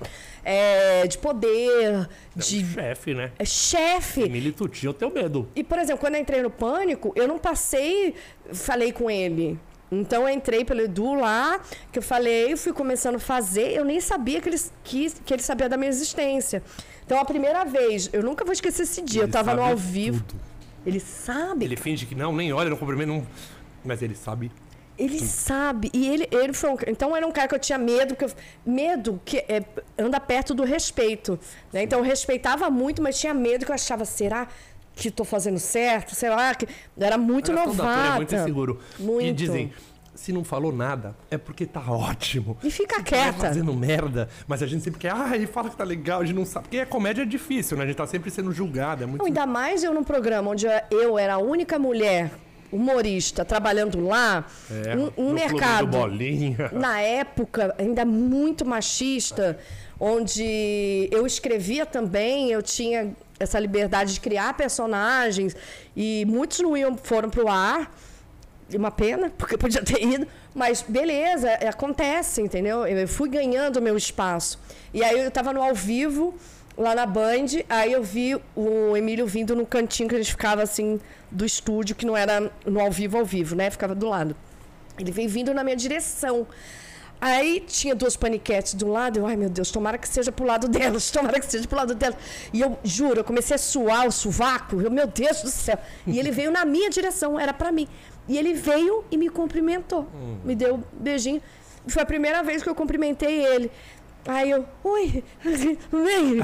poder, de... chefe, né? É chefe. Emílio Tutinho, eu tenho medo. E, por exemplo, quando eu entrei no Pânico, eu não falei com ele. Então, eu entrei pelo Edu lá, que eu falei, fui começando a fazer, eu nem sabia que ele sabia da minha existência. Então, a primeira vez, eu nunca vou esquecer esse dia, eu tava no ao vivo. Tudo. Ele sabe. Ele finge que não, nem olha, não cumprimenta, não... Mas ele sabe. Ele sabe. E ele foi então era um cara que eu tinha medo, medo que anda perto do respeito. Né? Então eu respeitava muito, mas tinha medo, que eu achava, será que estou fazendo certo? Sei lá, que era muito novata. É muito inseguro. Muito. E dizem, se não falou nada, é porque tá ótimo. E fica se quieta. Tá fazendo merda, mas a gente sempre quer, ele fala que tá legal, a gente não sabe. Porque a comédia é difícil, né? A gente tá sempre sendo julgada. É muito... Ainda mais eu num programa onde eu era a única mulher humorista trabalhando lá, um mercado do Bolinha. Na época ainda muito machista, onde eu escrevia também, eu tinha essa liberdade de criar personagens e muitos não foram pro ar. Uma pena, porque podia ter ido, mas beleza, acontece, entendeu? Eu fui ganhando meu espaço. E aí eu tava no ao vivo lá na Band, aí eu vi o Emílio vindo no cantinho que a gente ficava assim do estúdio, que não era no ao vivo, né? Ficava do lado. Ele veio vindo na minha direção. Aí tinha duas paniquetes do lado, ai meu Deus, tomara que seja pro lado delas. E eu juro, eu comecei a suar o sovaco, meu Deus do céu. E ele veio na minha direção, era pra mim. E ele veio e me cumprimentou, me deu um beijinho. Foi a primeira vez que eu cumprimentei ele. Aí eu, oi, vem,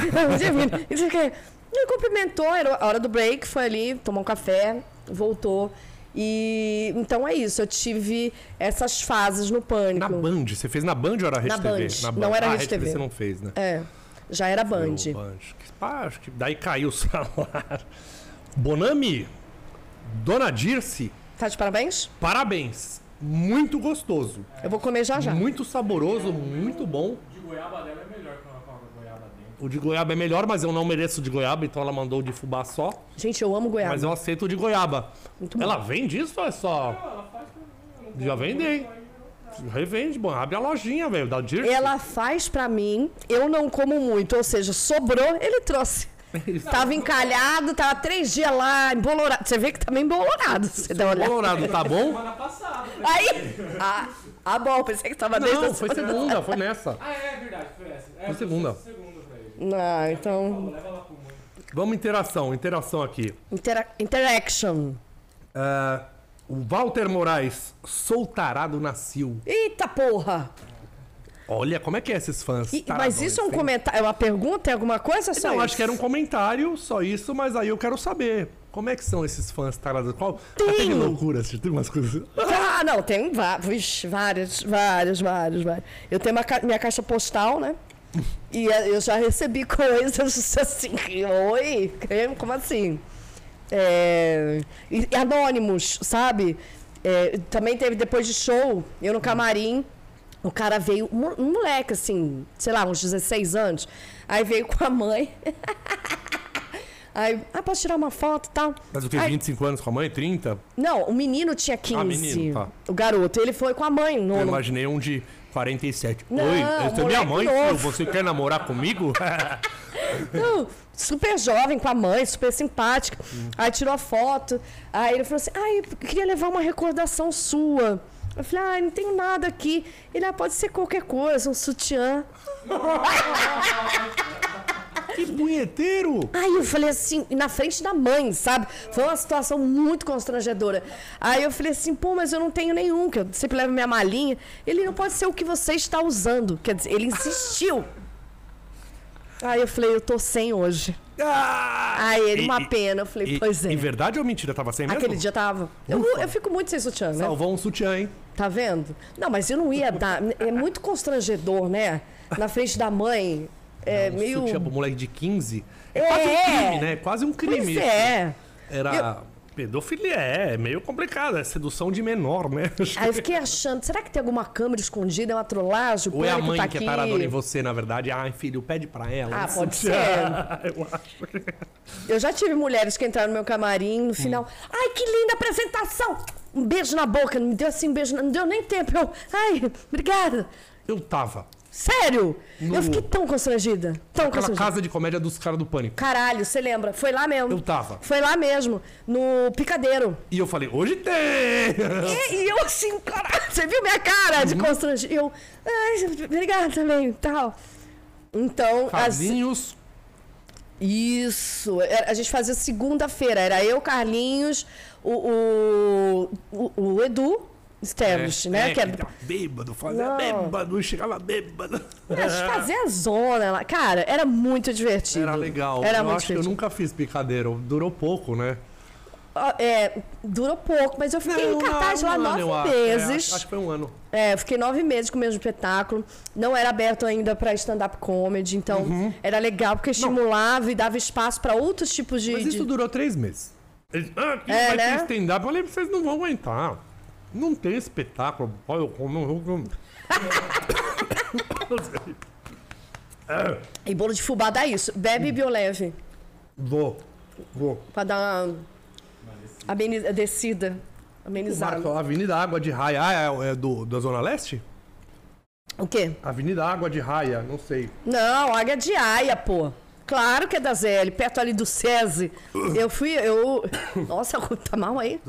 me cumprimentou, era a hora do break, foi ali, tomou um café, voltou. E então é isso, eu tive essas fases no Pânico. Na Band? Você fez na Band ou era Rede TV? Na Band, não era Rede TV. Você não fez, né? Já era Band. Acho que daí caiu o salário. Bonami, Dona Dirce. Tá de parabéns? Parabéns. Muito gostoso. Eu vou comer já. Muito saboroso, muito bom. O de goiaba dela é melhor que ela coloca goiaba dentro. O de goiaba é melhor, mas eu não mereço o de goiaba, então ela mandou o de fubá só. Gente, eu amo goiaba. Mas eu aceito o de goiaba. Muito bom. Ela vende isso ou é só... Ela faz pra mim. Já vendei. Revende, bom, abre a lojinha, velho, da Dirce. Ela faz pra mim, eu não como muito, ou seja, sobrou, ele trouxe. Tava encalhado, tava 3 dias lá, embolorado. Você vê que tá meio embolorado. Você dá uma olhada. Embolorado, tá bom? Semana passada. Aí! Bom, pensei que tava desde Não, a foi semana. segunda, foi nessa. Ah, é verdade, foi essa. Foi segunda. Segunda pra ele. Não, então. Leva ela pro mãe. Vamos interação aqui. Interaction. O Walter Moraes, soltarado nasceu. Eita porra! Olha, como é que é esses fãs? Mas isso é um comentário, é uma pergunta, é alguma coisa? Só Não, isso? acho que era um comentário, só isso, mas aí eu quero saber. Como é que são esses fãs tarados? Qual? Tem loucuras, tem umas coisas. Ah, não, tem vários. Eu tenho minha caixa postal, né? E eu já recebi coisas assim. Oi? Como assim? E anônimos, sabe? Também teve depois de show, eu no camarim. O cara veio, um moleque assim, sei lá, uns 16 anos. Aí veio com a mãe. Aí, posso tirar uma foto e tal? Mas o que, Aí, 25 anos com a mãe? 30? não, o menino tinha 15. menino, tá. O garoto. Ele foi com a mãe. Eu imaginei um de 47. Não, Oi, essa é minha moleque mãe, filho. novo. Você quer namorar comigo? Não, super jovem com a mãe, super simpática. Aí tirou a foto. Aí ele falou assim: eu queria levar uma recordação sua. Eu falei: não tenho nada aqui. Ele: pode ser qualquer coisa, um sutiã. Que punheteiro! Aí eu falei assim, na frente da mãe, sabe? Foi uma situação muito constrangedora. Aí eu falei assim: mas eu não tenho nenhum, que eu sempre levo minha malinha. Ele: não pode ser o que você está usando. Quer dizer, ele insistiu. Aí eu falei: eu tô sem hoje. Aí ele: uma pena. Eu falei: pois é. Em verdade ou mentira? Tava sem mesmo? Aquele dia tava. Eu fico muito sem sutiã, né? Salvou um sutiã, hein? Tá vendo? Não, mas eu não ia dar. É muito constrangedor, né? Na frente da mãe. É meio. Sutiã pro moleque de 15. É. Quase um crime, né? Quase um crime. Pois isso. é. Era. Pedofilia é meio complicado, é sedução de menor, né? Aí eu fiquei achando, será que tem alguma câmera escondida? É uma trollagem? Ou é a Pânico mãe tá que é aqui? taradona em você, na verdade? Ai, filho, pede pra ela. Pode ser. Eu acho. Eu já tive mulheres que entraram no meu camarim no final. Ai, que linda apresentação! Um beijo na boca, não me deu assim um beijo, não deu nem tempo. Ai, obrigada. Eu tava. Sério? Eu fiquei tão constrangida. Tão Aquela constrangida. casa de comédia dos caras do Pânico. Caralho, você lembra? Foi lá mesmo. Eu tava. Foi lá mesmo, no Picadeiro. E eu falei, hoje tem! E eu assim, caralho, você viu minha cara de constrangida? Eu, ai, obrigada também, tal. Então, Carlinhos. Isso. A gente fazia segunda-feira. Era eu, Carlinhos, o Edu Sterblitch, né? Que era bêbado, fazia Não. bêbado, chegava bêbado. A gente fazia a zona lá. Cara, era muito divertido. Era legal. Era eu muito acho que eu divertido. nunca fiz picadeiro. Durou pouco, né? Durou pouco, mas eu fiquei em cartaz lá 9 meses. Acho que foi um ano. Eu fiquei 9 meses com o mesmo espetáculo. Não era aberto ainda para stand-up comedy, então era legal porque estimulava e dava espaço para outros tipos de. Mas isso durou 3 meses. Eles, vai né? ter stand-up. Eu falei, vocês não vão aguentar. Não tem espetáculo. E bolo de fubá dá isso. Bebe bioleve. Vou. Pra dar uma descida. Amenizada. Marco, Avenida Água de Raia. É da Zona Leste? O quê? Avenida Água de Raia, não sei. Não, Águia de Aia, pô. Claro que é da ZL, perto ali do SESI. Nossa, tá mal aí?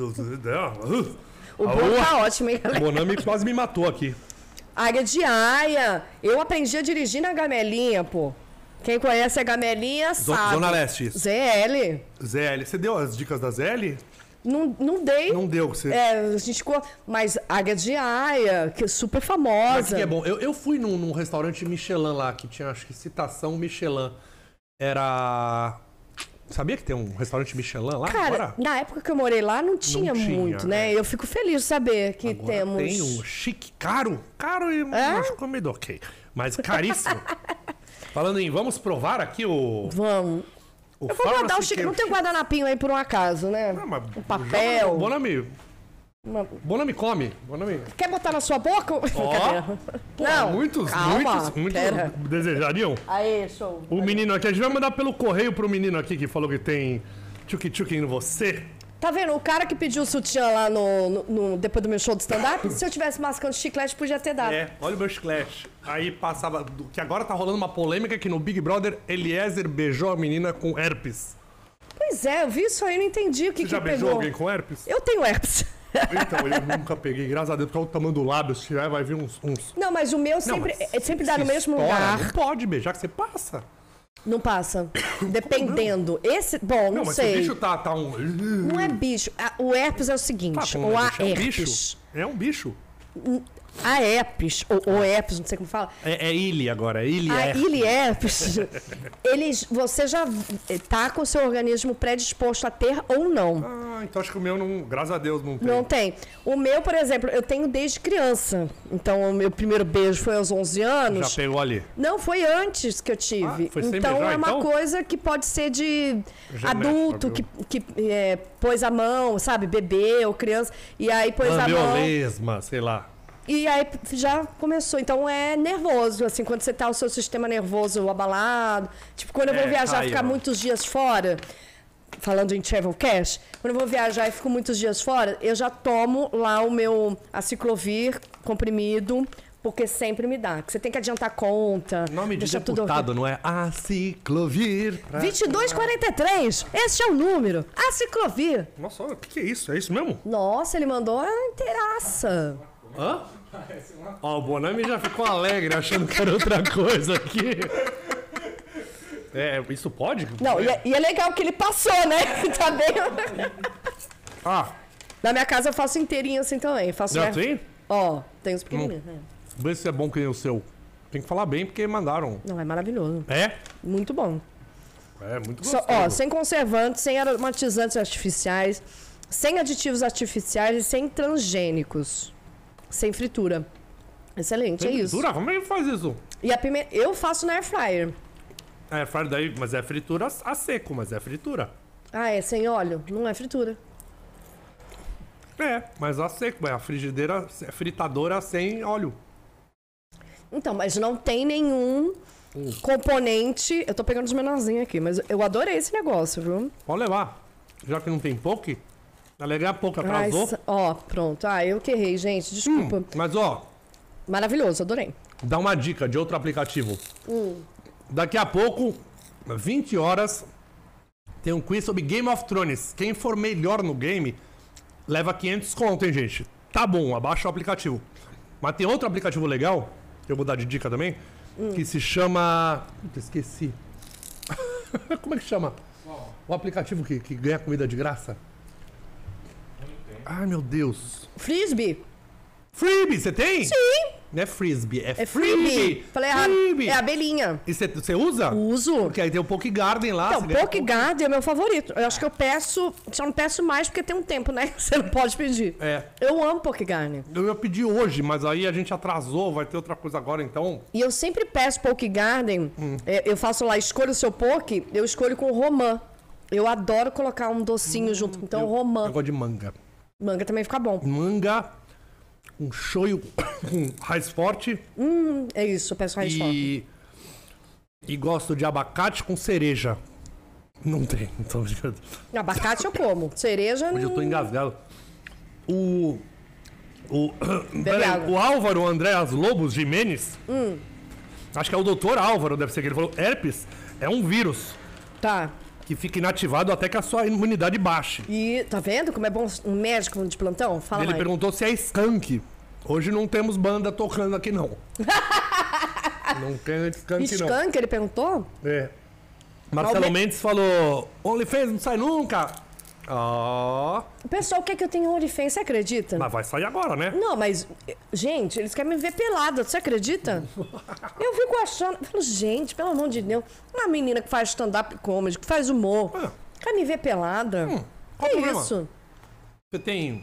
O bolo tá ótimo, hein, galera? Bonami quase me matou aqui. Águia de Aia. Eu aprendi a dirigir na Gamelinha, pô. Quem conhece a Gamelinha sabe. Zona Leste. ZL. ZL. Você deu as dicas da ZL? Não dei. Não deu. Você... A gente ficou... Mas Águia de Aia, que é super Mas famosa. que é bom. Eu fui num restaurante Michelin lá, que tinha, acho que, citação Michelin. Era... Sabia que tem um restaurante Michelin lá? Cara, agora? na época que eu morei lá, não tinha muito, né? Eu fico feliz de saber que Agora temos... tem um chique, caro e acho comida ok. Mas caríssimo. Falando em, vamos provar aqui o... Vamos. Eu vou guardar o chique. Não tem guardanapinho aí por um acaso, né? Não, mas O papel. Bonami come. Bonami. Quer botar na sua boca? Brincadeira. Não, Muitos calma, pera. desejariam. Aí, show. O menino aqui, a gente vai mandar pelo correio pro menino aqui que falou que tem tchuki-tchuki em você. Tá vendo? O cara que pediu o sutiã lá depois do meu show de stand-up, se eu tivesse mascando chiclete, podia ter dado. Olha o meu chiclete. Aí passava, que agora tá rolando uma polêmica que no Big Brother, Eliezer beijou a menina com herpes. Pois é, eu vi isso aí e não entendi o que Você já pegou. beijou alguém com herpes? Eu tenho herpes. Então, eu nunca peguei, graças a Deus, porque é o tamanho do lábio, se tiver, vai vir uns... Não, mas o meu sempre, sempre dá no mesmo lugar. Não pode beijar, que você passa. Não passa. Dependendo. Esse, bom, não mas sei. se o bicho tá um... Não é bicho. O herpes é o seguinte. como o é bicho? É um herpes. bicho? É um bicho. A herpes, ou herpes, não sei como fala. É ilha agora, A ilha. herpes, você já tá com o seu organismo predisposto a ter ou não. Ah, então acho que o meu, não, graças a Deus, não tem. Não tem. O meu, por exemplo, eu tenho desde criança. Então, o meu primeiro beijo foi aos 11 anos. Já pegou ali. Não, foi antes que eu tive. Ah, foi sem então, beijar, é uma então? coisa que pode ser de Genética, adulto viu? que pôs a mão, sabe? Bebê ou criança. E aí pôs a mão. Lesma, sei lá. E aí já começou. Então é nervoso, assim, quando você tá o seu sistema nervoso abalado. Tipo, quando eu vou viajar, aí, ficar ó. muitos dias fora. falando em travel cash, quando eu vou viajar e fico muitos dias fora, eu já tomo lá o meu Aciclovir comprimido, porque sempre me dá. Você tem que adiantar conta, Nome de deixar tudo... deputado, não é? Aciclovir. 2243, esse é o número. Aciclovir. Nossa, o que é isso? É isso mesmo? Nossa, ele mandou a inteiraça. Hã? Ó, o Bonami já ficou alegre achando que era outra coisa aqui. É, isso pode? Não, e é legal que ele passou, né? Tá bem... Ah, Na minha casa eu faço inteirinho assim também. Faço já tem? Ó, tem os pequenininhos. Vê se é bom que nem o seu. Tem que falar bem porque mandaram. Não, é maravilhoso. É? Muito bom. É, muito Só, gostoso. ó, sem conservantes, sem aromatizantes artificiais, sem aditivos artificiais e sem transgênicos. Sem fritura. Excelente, Tem é isso. fritura? Como é que faz isso? E a pimenta, eu faço na air fryer. É, faz daí, mas é fritura a seco, mas é fritura. Ah, é sem óleo? Não é fritura. É, mas a seco, é a frigideira, é fritadora sem óleo. Então, mas não tem nenhum componente... Eu tô pegando os menorzinhos aqui, mas eu adorei esse negócio, viu? Pode levar. Já que não tem poke, alegar pouco, Ai, atrasou. ó, pronto. Ah, eu que errei, gente. Desculpa. Mas ó, Maravilhoso, adorei. dá uma dica de outro aplicativo. Daqui a pouco, 20 horas, tem um quiz sobre Game of Thrones. Quem for melhor no game, leva 500 conto, hein, gente? Tá bom, abaixa o aplicativo. Mas tem outro aplicativo legal, que eu vou dar de dica também, que se chama... Puta, esqueci. Como é que chama? O aplicativo que ganha comida de graça? Ai, meu Deus. Frisbee. Freebie, você tem? Sim. Não é frisbee, é É freebie. freebie. Falei errado. Freebie. É abelhinha. E você usa? Uso. Porque aí tem o Poke Garden lá. Então, você ganha Poke Garden é meu favorito. Eu acho que eu peço... Só não peço mais porque tem um tempo, né? Você não pode pedir. É. Eu amo Poke Garden. Eu ia pedir hoje, mas aí a gente atrasou, vai ter outra coisa agora, então... E eu sempre peço Poke Garden. Eu faço lá, escolho o seu poke, eu escolho com romã. Eu adoro colocar um docinho junto. Então, Eu romã. gosto de manga. Manga também fica bom. Manga, um shoyu com raiz forte É isso, eu peço raiz forte. e gosto de abacate com cereja. Não tem, então... Abacate eu como. Cereja... Hoje eu tô engasgado. Bebe Peraí, água. o Álvaro Andréas Lobos Jimenez, acho que é o doutor Álvaro, deve ser que ele falou, herpes é um vírus Tá. que fica inativado até que a sua imunidade baixe. E tá vendo como é bom um médico de plantão? Fala Ele mais. perguntou se é skunk. Hoje não temos banda tocando aqui, não. Não tem skunk, não. Skank, ele perguntou? É. Marcelo Alme- Mendes falou, OnlyFans não sai nunca. Ó. O pessoal quer que eu tenha OnlyFans, você acredita? Mas vai sair agora, né? Não, mas, gente, eles querem me ver pelada, você acredita? Eu fico achando, eu falo, gente, pelo amor de Deus, uma menina que faz stand-up comedy, que faz humor, Ah. quer me ver pelada? qual Que o problema? isso? Você tem...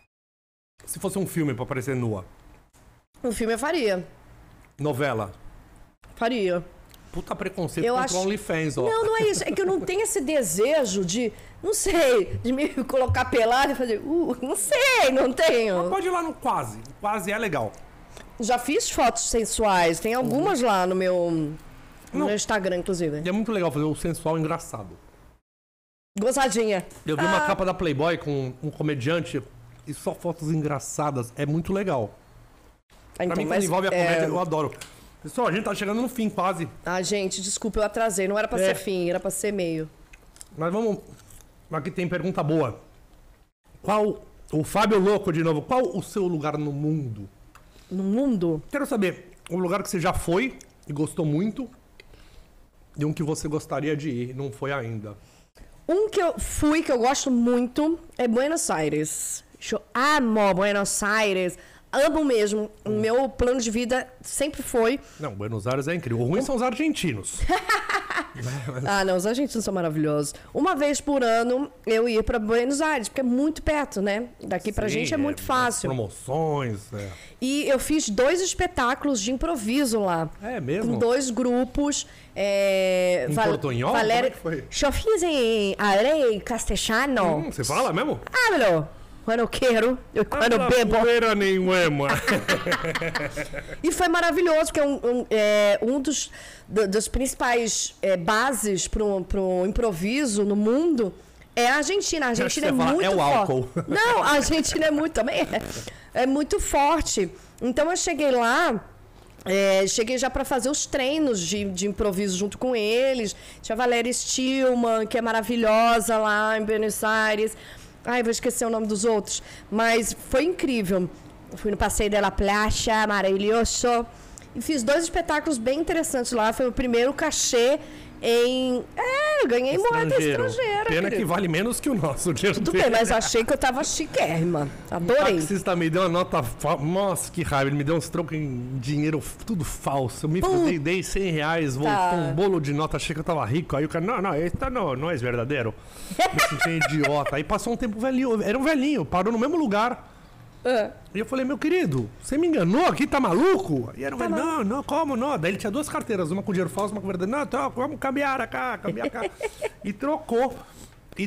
Se fosse um filme pra aparecer nua. Um filme eu faria. Novela. Faria. Puta preconceito Eu contra acho- o OnlyFans, ó. Não, não é isso. É que eu não tenho esse desejo de, não sei, de me colocar pelada e fazer, não sei, não tenho. Pode ir lá no Quase. Quase é legal. Já fiz fotos sensuais, tem algumas lá no meu Instagram, inclusive. E é muito legal fazer o sensual engraçado. Gozadinha. Eu vi uma capa da Playboy com um comediante e só fotos engraçadas. É muito legal. Pra Então, mim, quando mas, envolve a comédia, eu adoro. Pessoal, a gente tá chegando no fim quase. Ah, gente, desculpa, eu atrasei. Não era pra É. ser fim, era pra ser meio. Mas vamos... Aqui tem pergunta boa. Qual... O Fábio Louco, de novo. Qual o seu lugar no mundo? No mundo? Quero saber um lugar que você já foi e gostou muito e um que você gostaria de ir e não foi ainda. Um que eu fui, que eu gosto muito, é Buenos Aires. Eu amo Buenos Aires. Amo mesmo. O meu plano de vida sempre foi... Não, Buenos Aires é incrível. O ruim são os argentinos. Ah, não, os argentinos são maravilhosos. Uma vez por ano eu ia pra Buenos Aires, porque é muito perto, né? Daqui pra Sim, gente é muito fácil. Promoções. E eu fiz 2 espetáculos de improviso lá. É mesmo? Com 2 grupos. Em portunhol? Valéria... Como é que foi? Eu fiz em Arei Castellano. Você fala mesmo? Hablo quando eu quero, quando eu bebo. Poeira nenhuma. E foi maravilhoso, porque um dos principais bases pro improviso no mundo É a Argentina. A Argentina é Você fala, muito é o forte. álcool. Não, a Argentina é muito também. É muito forte. Então eu cheguei lá. Cheguei já para fazer os treinos de improviso junto com eles. Tinha a Valéria Stillman, que é maravilhosa lá em Buenos Aires. Ai, vou esquecer o nome dos outros. Mas foi incrível. Fui no Passeio de la Playa, maravilhoso. E fiz 2 espetáculos bem interessantes lá. Foi o primeiro cachê em... eu ganhei moeda estrangeira. Pena querido. que vale menos que o nosso. Tudo bem, mas achei que eu tava chiquérrima. Adorei. O taxista me deu uma nota... Nossa, que raiva. Ele me deu uns trocos em dinheiro tudo falso. Eu me dei R$100, voltou um bolo de nota, achei que eu tava rico. Aí o cara, não, esse não é verdadeiro. Me senti idiota. Aí passou um tempo velhinho. Era um velhinho, parou no mesmo lugar. E eu falei, meu querido, você me enganou aqui, tá maluco? E era um velho, não, como não? Daí ele tinha 2 carteiras, uma com dinheiro falso, uma com verdadeiro. Não, troca, vamos cambiar cá. E trocou. E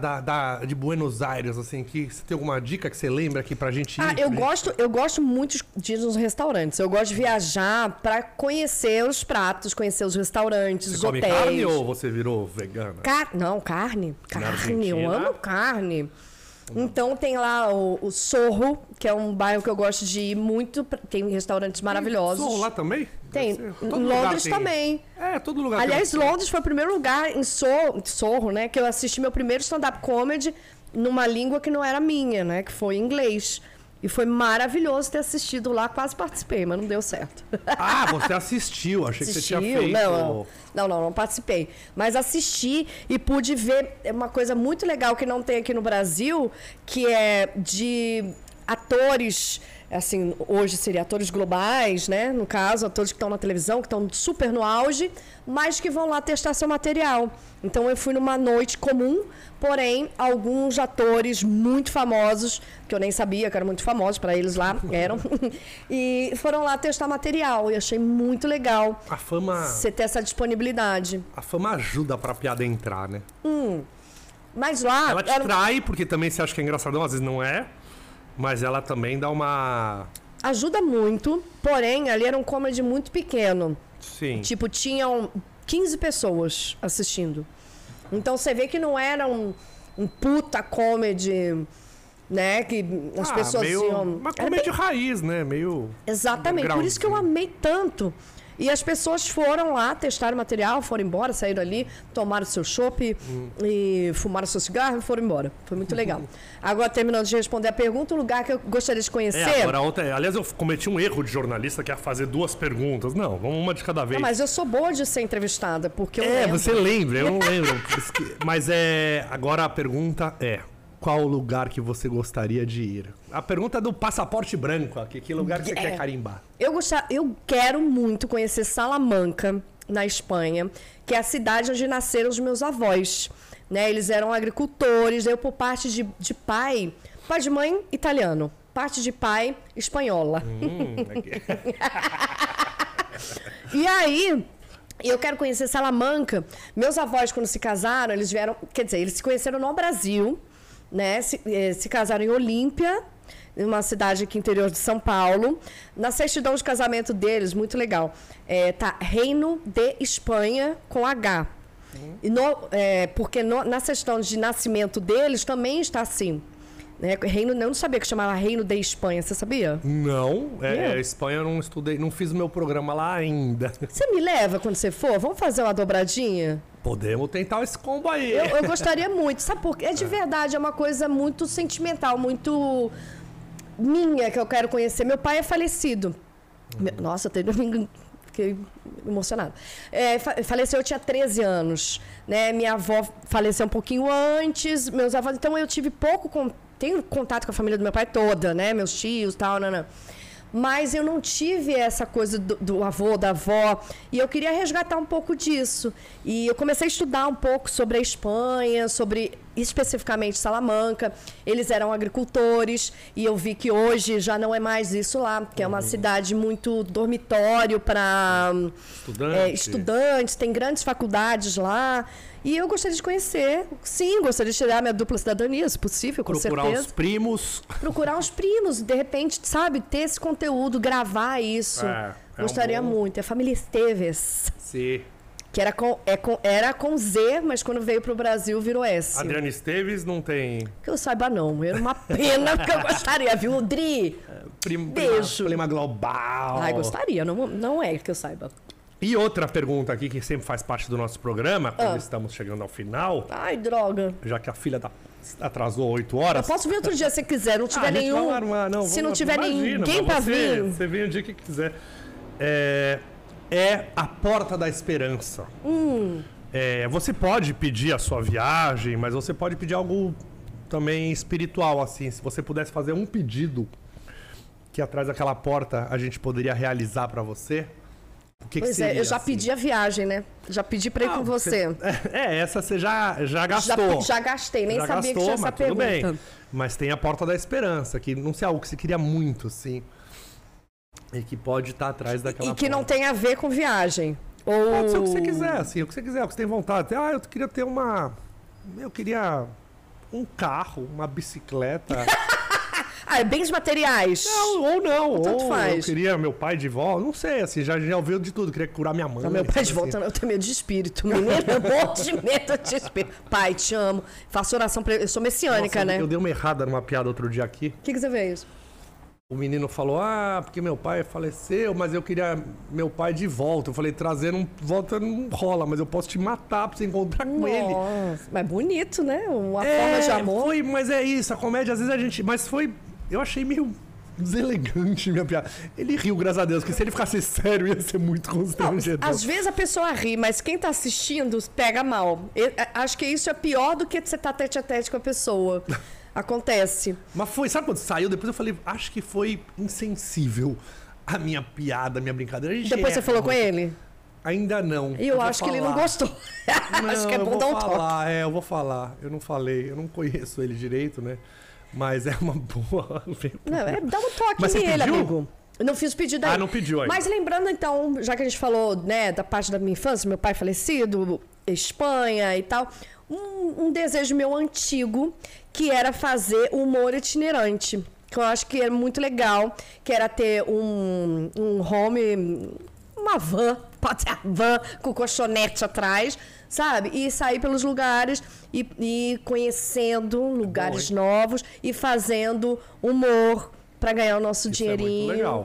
de Buenos Aires, assim, você tem alguma dica que você lembra aqui pra gente ir? Eu gosto muito de ir nos restaurantes. Eu gosto de viajar pra conhecer os pratos, conhecer os restaurantes, os Você come hotéis. carne ou você virou vegana? Não, carne. Na Carne, eu Argentina? amo carne. Então tem lá o Sorro, que é um bairro que eu gosto de ir muito. Tem restaurantes maravilhosos. Sorro lá também? Tem. Todo Em lugar Londres tem. também. Todo lugar Aliás, tem. Londres foi o primeiro lugar em Sorro, né? Que eu assisti meu primeiro stand-up comedy numa língua que não era minha, né? Que foi inglês. E foi maravilhoso ter assistido lá. Quase participei, mas não deu certo. Ah, você assistiu. Achei que você tinha feito... Não participei. Mas assisti e pude ver uma coisa muito legal que não tem aqui no Brasil, que é de atores, assim, hoje seria atores globais, né? No caso, atores que estão na televisão, que estão super no auge, mas que vão lá testar seu material. Então eu fui numa noite comum, porém, alguns atores muito famosos, que eu nem sabia que eram muito famosos, para eles lá eram, e foram lá testar material. E achei muito legal A fama... você ter essa disponibilidade. A fama ajuda pra piada entrar, né? Mas lá... Ela te trai, porque também você acha que é engraçadão, às vezes não é. Mas ela também dá uma... Ajuda muito, porém, ali era um comedy muito pequeno. Sim. Tipo, tinham 15 pessoas assistindo. Então você vê que não era um puta comedy, né? Que as pessoas meio iam... uma Era comédia raiz, né? Meio... Exatamente, por isso que eu amei tanto. E as pessoas foram lá, testaram o material, foram embora, saíram ali, tomaram seu chopp e fumaram seu cigarro e foram embora. Foi muito legal. Agora, terminando de responder a pergunta, o lugar que eu gostaria de conhecer... agora ontem... Aliás, eu cometi um erro de jornalista que é fazer 2 perguntas. Não, vamos uma de cada vez. Não, mas eu sou boa de ser entrevistada, porque eu lembro. Você lembra, eu não lembro. Mas agora a pergunta é... Qual o lugar que você gostaria de ir? A pergunta é do passaporte branco aqui. Que lugar que você quer carimbar? Eu quero muito conhecer Salamanca, na Espanha, que é a cidade onde nasceram os meus avós. Né? Eles eram agricultores, eu por parte de pai de mãe, italiano. Parte de pai, espanhola. E aí... eu quero conhecer Salamanca. Meus avós, quando se casaram, eles vieram... Quer dizer, eles se conheceram no Brasil, né? Se casaram em Olímpia, uma cidade aqui interior de São Paulo. Na certidão de casamento deles, muito legal, tá Reino de Espanha com H. Porque na certidão de nascimento deles também está assim. Né? Reino, eu não sabia que chamava Reino de Espanha, você sabia? Não, Espanha eu não estudei, não fiz o meu programa lá ainda. Você me leva quando você for? Vamos fazer uma dobradinha? Podemos tentar esse combo aí. Eu gostaria muito, sabe por quê? É de verdade, é uma coisa muito sentimental, muito minha que eu quero conhecer. Meu pai é falecido. Nossa, fiquei emocionada. Faleceu, eu tinha 13 anos. Né? Minha avó faleceu um pouquinho antes, meus avós... Então eu tive tenho contato com a família do meu pai toda, né? Meus tios e tal, mas eu não tive essa coisa do avô, da avó, e eu queria resgatar um pouco disso. E eu comecei a estudar um pouco sobre a Espanha, sobre especificamente Salamanca. Eles eram agricultores, e eu vi que hoje já não é mais isso lá, que é uma cidade muito dormitório para estudantes, tem grandes faculdades lá. E eu gostaria de conhecer, sim, gostaria de tirar minha dupla cidadania, se possível, com certeza. Procurar os primos. Procurar os primos, de repente, sabe, ter esse conteúdo, gravar isso. Gostaria muito. É a família Esteves. Sim. Que era com Z, mas quando veio pro Brasil virou S. Adriana Esteves não tem... Que eu saiba não, era uma pena, porque eu gostaria, viu, Dri? Beijo. Prima global. Ai, gostaria, não é que eu saiba. E outra pergunta aqui, que sempre faz parte do nosso programa, quando estamos chegando ao final, Ai, droga. já que a filha atrasou 8 horas... Eu posso vir outro dia se quiser, não tiver a gente nenhum... vai armar, não, se não tiver ninguém pra vir... Você vem o dia que quiser. É a Porta da Esperança. Você pode pedir a sua viagem, mas você pode pedir algo também espiritual, assim. Se você pudesse fazer um pedido que atrás daquela porta a gente poderia realizar pra você, o que Pois seria, eu já assim? pedi a viagem, né? Já pedi pra ir com você. Essa você já gastou. Já gastei, nem Já sabia gastou, que tinha essa mas tudo pergunta. bem. Mas tem a Porta da Esperança, que não sei, algo que você queria muito, assim. E que pode estar atrás daquela E que não porta. tem a ver com viagem. Ou... Pode ser o que você quiser, assim, o que você quiser, o que você tem vontade. Eu queria ter eu queria um carro, uma bicicleta. bens materiais. ou não. Tanto Ou faz. eu queria meu pai de volta. Não sei, assim, já ouviu de tudo. Queria curar minha mãe. Não, meu pai de sabe, volta, assim. eu tenho medo de espírito. Menino, eu morro de medo de espírito. Pai, te amo. Faço oração pra ele. Eu sou messiânica, Nossa, né? Eu dei uma errada numa piada outro dia aqui. O que você fez? O menino falou, porque meu pai faleceu, mas eu queria meu pai de volta. Eu falei, trazer volta não rola, mas eu posso te matar pra você encontrar com ele. Nossa, mas bonito, né? Uma forma de amor. Mas é isso, a comédia, às vezes a gente... Mas eu achei meio deselegante minha piada. Ele riu, graças a Deus, porque se ele ficasse sério ia ser muito constrangedor. Às vezes a pessoa ri, mas quem tá assistindo pega mal. Acho que isso é pior do que você tá tete a tete com a pessoa. Acontece. Mas sabe quando saiu? Depois eu falei, acho que foi insensível a minha piada, a minha brincadeira. Depois você falou com ele? Ainda não. E eu acho que ele não gostou. Acho que é bom dar um toque. Eu vou falar. Eu não falei. Eu não conheço ele direito, né? Mas é uma boa... Não, dá um toque Mas você nele, pediu? amigo. Eu não fiz o pedido ainda. Não pediu ainda. Mas lembrando, então, já que a gente falou, né, da parte da minha infância, meu pai falecido, Espanha e tal, um desejo meu antigo, que era fazer humor itinerante. Que eu acho que é muito legal, que era ter um home, uma van, pode ser a van, com colchonete atrás, sabe? E sair pelos lugares e conhecendo lugares novos e fazendo humor para ganhar o nosso dinheirinho. É muito legal.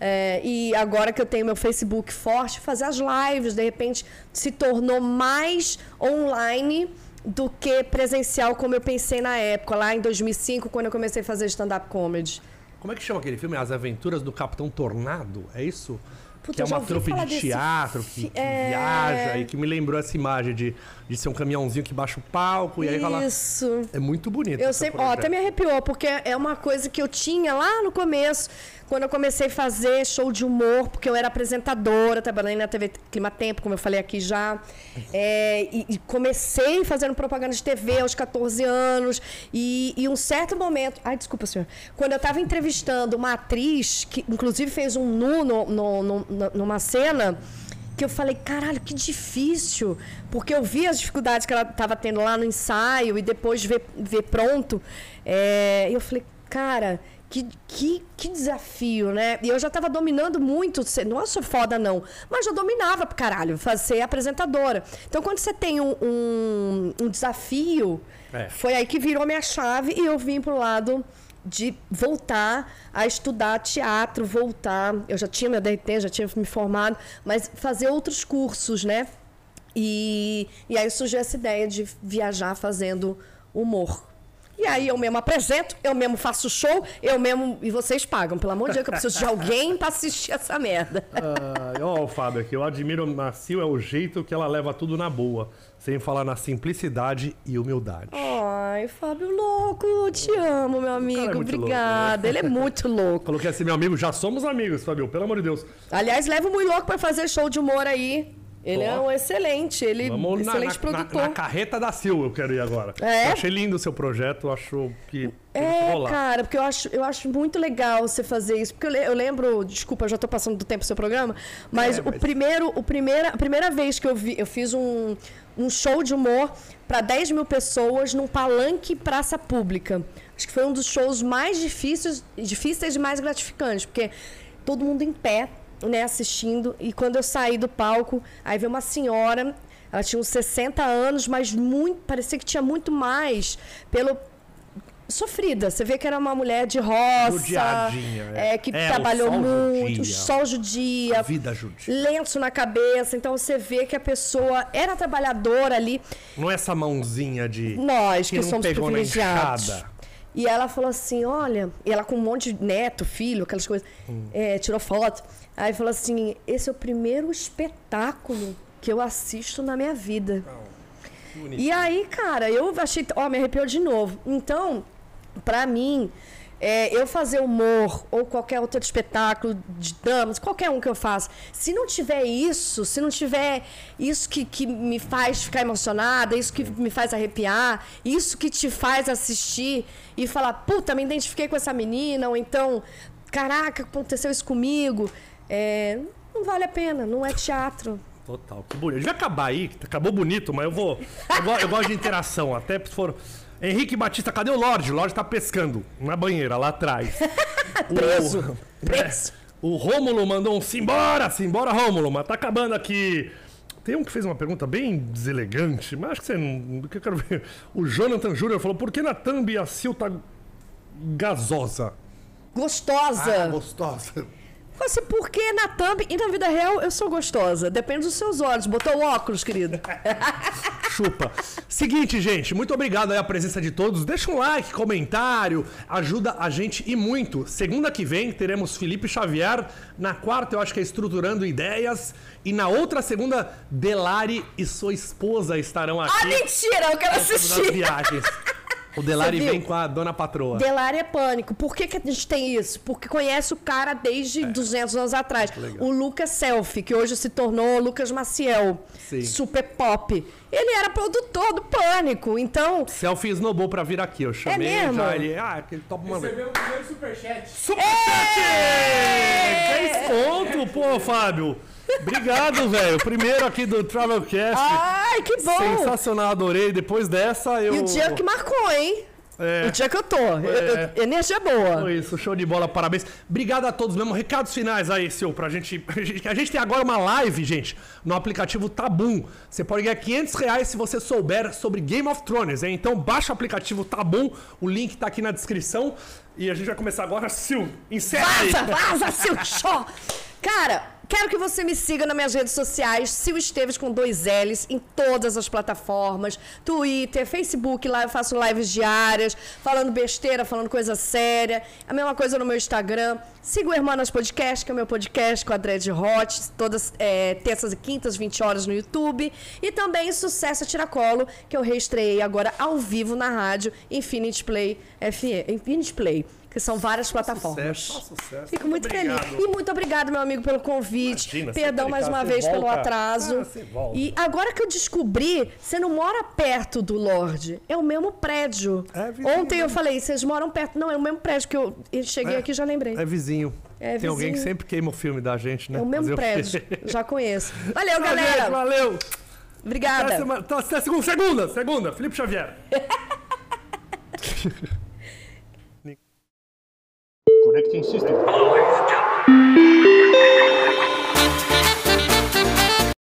E agora que eu tenho meu Facebook forte, fazer as lives, de repente, se tornou mais online do que presencial, como eu pensei na época, lá em 2005, quando eu comecei a fazer stand-up comedy. Como é que chama aquele filme? As Aventuras do Capitão Tornado? É isso? Puta, Que é eu já uma ouvi trupe falar de desse teatro que viaja e que me lembrou essa imagem de ser um caminhãozinho que baixa o palco e aí rola... Isso. É muito bonito. Eu esse sempre, projeto. até me arrepiou, porque é uma coisa que eu tinha lá no começo, quando eu comecei a fazer show de humor, porque eu era apresentadora, trabalhei na TV Climatempo, como eu falei aqui já. E comecei fazendo propaganda de TV aos 14 anos. E um certo momento... Ai, desculpa, senhor. Quando eu estava entrevistando uma atriz, que inclusive fez um nu numa cena... que eu falei, caralho, que difícil, porque eu vi as dificuldades que ela estava tendo lá no ensaio e depois ver pronto. E eu falei, cara, que desafio, né? E eu já estava dominando muito, não sou foda não, mas eu dominava pra caralho, ser apresentadora. Então, quando você tem um desafio, foi aí que virou minha chave e eu vim pro lado... de voltar a estudar teatro, eu já tinha meu DRT, já tinha me formado, mas fazer outros cursos, né? E aí surgiu essa ideia de viajar fazendo humor. E aí eu mesmo apresento, eu mesmo faço show, e vocês pagam, pelo amor de Deus, que eu preciso de alguém pra assistir essa merda. Ó, Fábio, aqui eu admiro a Sil, é o jeito que ela leva tudo na boa, sem falar na simplicidade e humildade. Ai, Fábio louco, eu te amo, meu amigo, muito obrigada. louco, né? Ele é muito louco. Falou que é assim, meu amigo, já somos amigos, Fábio, pelo amor de Deus. Aliás, leva o Muito Louco pra fazer show de humor aí. Ele é um excelente, Vamos excelente produtor. na carreta da Sil, eu quero ir agora. Eu achei lindo o seu projeto, acho que tem que rolar. Cara, porque eu acho muito legal você fazer isso. Porque eu lembro, desculpa, eu já tô passando do tempo do seu programa, mas a primeira vez que eu fiz um show de humor para 10 mil pessoas num palanque praça pública. Acho que foi um dos shows mais difíceis e mais gratificantes, porque todo mundo em pé, né, assistindo. E quando eu saí do palco, aí veio uma senhora, ela tinha uns 60 anos, mas parecia que tinha muito mais sofrida. Você vê que era uma mulher de roça, Judiadinha, que trabalhou muito, judia. o sol judia, A vida judia. lenço na cabeça. Então você vê que a pessoa era trabalhadora ali. Não é essa mãozinha de... Nós que não somos pegou na privilegiados. enxada. E ela falou assim, olha... E ela com um monte de neto, filho, aquelas coisas. Tirou foto. Aí falou assim, esse é o primeiro espetáculo que eu assisto na minha vida. E aí, cara, eu achei... me arrepiou de novo. Então, pra mim... eu fazer humor ou qualquer outro espetáculo de damas, qualquer um que eu faça, se não tiver isso que me faz ficar emocionada, isso que me faz arrepiar, isso que te faz assistir e falar, puta, me identifiquei com essa menina, ou então, caraca, aconteceu isso comigo, não vale a pena, não é teatro. Total, que bonito. Devia acabar aí, que acabou bonito, mas eu gosto de interação, até se for... Henrique Batista, cadê o Lorde? O Lorde tá pescando na banheira, lá atrás. Preso. O Rômulo mandou um simbora, Rômulo, mas tá acabando aqui. Tem um que fez uma pergunta bem deselegante, mas acho que você não... Que eu quero ver. O Jonathan Júnior falou, por que na thumb a Sil tá gasosa? Gostosa. Gostosa. Assim, porque na thumb e na vida real eu sou gostosa. Depende dos seus olhos. Botou o óculos, querido. Chupa. Seguinte, gente, muito obrigado aí a presença de todos. Deixa um like, comentário, ajuda a gente e muito. Segunda que vem teremos Felipe Xavier. Na quarta eu acho que é Estruturando Ideias. E na outra segunda, Delari e sua esposa estarão aqui. Mentira, eu quero Das assistir. viagens. O Delari Você viu? vem com a dona patroa. Delari é pânico. Por que a gente tem isso? Porque conhece o cara desde 200 anos atrás. O Lucas Selfie, que hoje se tornou Lucas Maciel. Sim. Super pop. Ele era produtor do Pânico, então... Selfie snowball pra vir aqui. Eu chamei mesmo? já ele. Aquele top uma vez. Recebeu o primeiro superchat. Superchat! 10 pontos, pô, Fábio. Obrigado, velho. Primeiro aqui do Travelcast. Ai, que bom! Sensacional, adorei. Depois dessa, eu... E o dia que marcou, hein? O dia que eu tô. Energia boa. Foi isso, show de bola, parabéns. Obrigado a todos mesmo. Recados finais aí, Sil, pra gente... A gente tem agora uma live, gente, no aplicativo Tabum. Você pode ganhar R$500 se você souber sobre Game of Thrones, hein? Então baixa o aplicativo Tabum, o link tá aqui na descrição. E a gente vai começar agora. Sil, encerra aí. Vaza, Sil, show! Cara... Quero que você me siga nas minhas redes sociais, Sil Esteves com 2 L's, em todas as plataformas, Twitter, Facebook, lá eu faço lives diárias, falando besteira, falando coisa séria, a mesma coisa no meu Instagram. Siga o Hermanas Podcast, que é o meu podcast com a Dredd Hot, todas terças e quintas, 20 horas no YouTube. E também Sucesso a Tiracolo, que eu reestreiei agora ao vivo na rádio Infinity Play FM, Infinity Play. Que são várias plataformas. Sucesso. Fico muito feliz. E muito obrigado, meu amigo, pelo convite. Imagina, Perdão sempre mais tá, uma você vez pelo volta. atraso. Você volta. E agora que eu descobri, você não mora perto do Lorde. É o mesmo prédio. É vizinho. Ontem eu falei, vocês moram perto. Não, é o mesmo prédio que eu cheguei aqui e já lembrei. É vizinho. É Tem alguém que vizinho. sempre queima o filme da gente, né? É o mesmo Fazer prédio. quê? Já conheço. Valeu, Tchau, galera. gente, valeu. Obrigada. Até segunda. Felipe Xavier. Connecting system.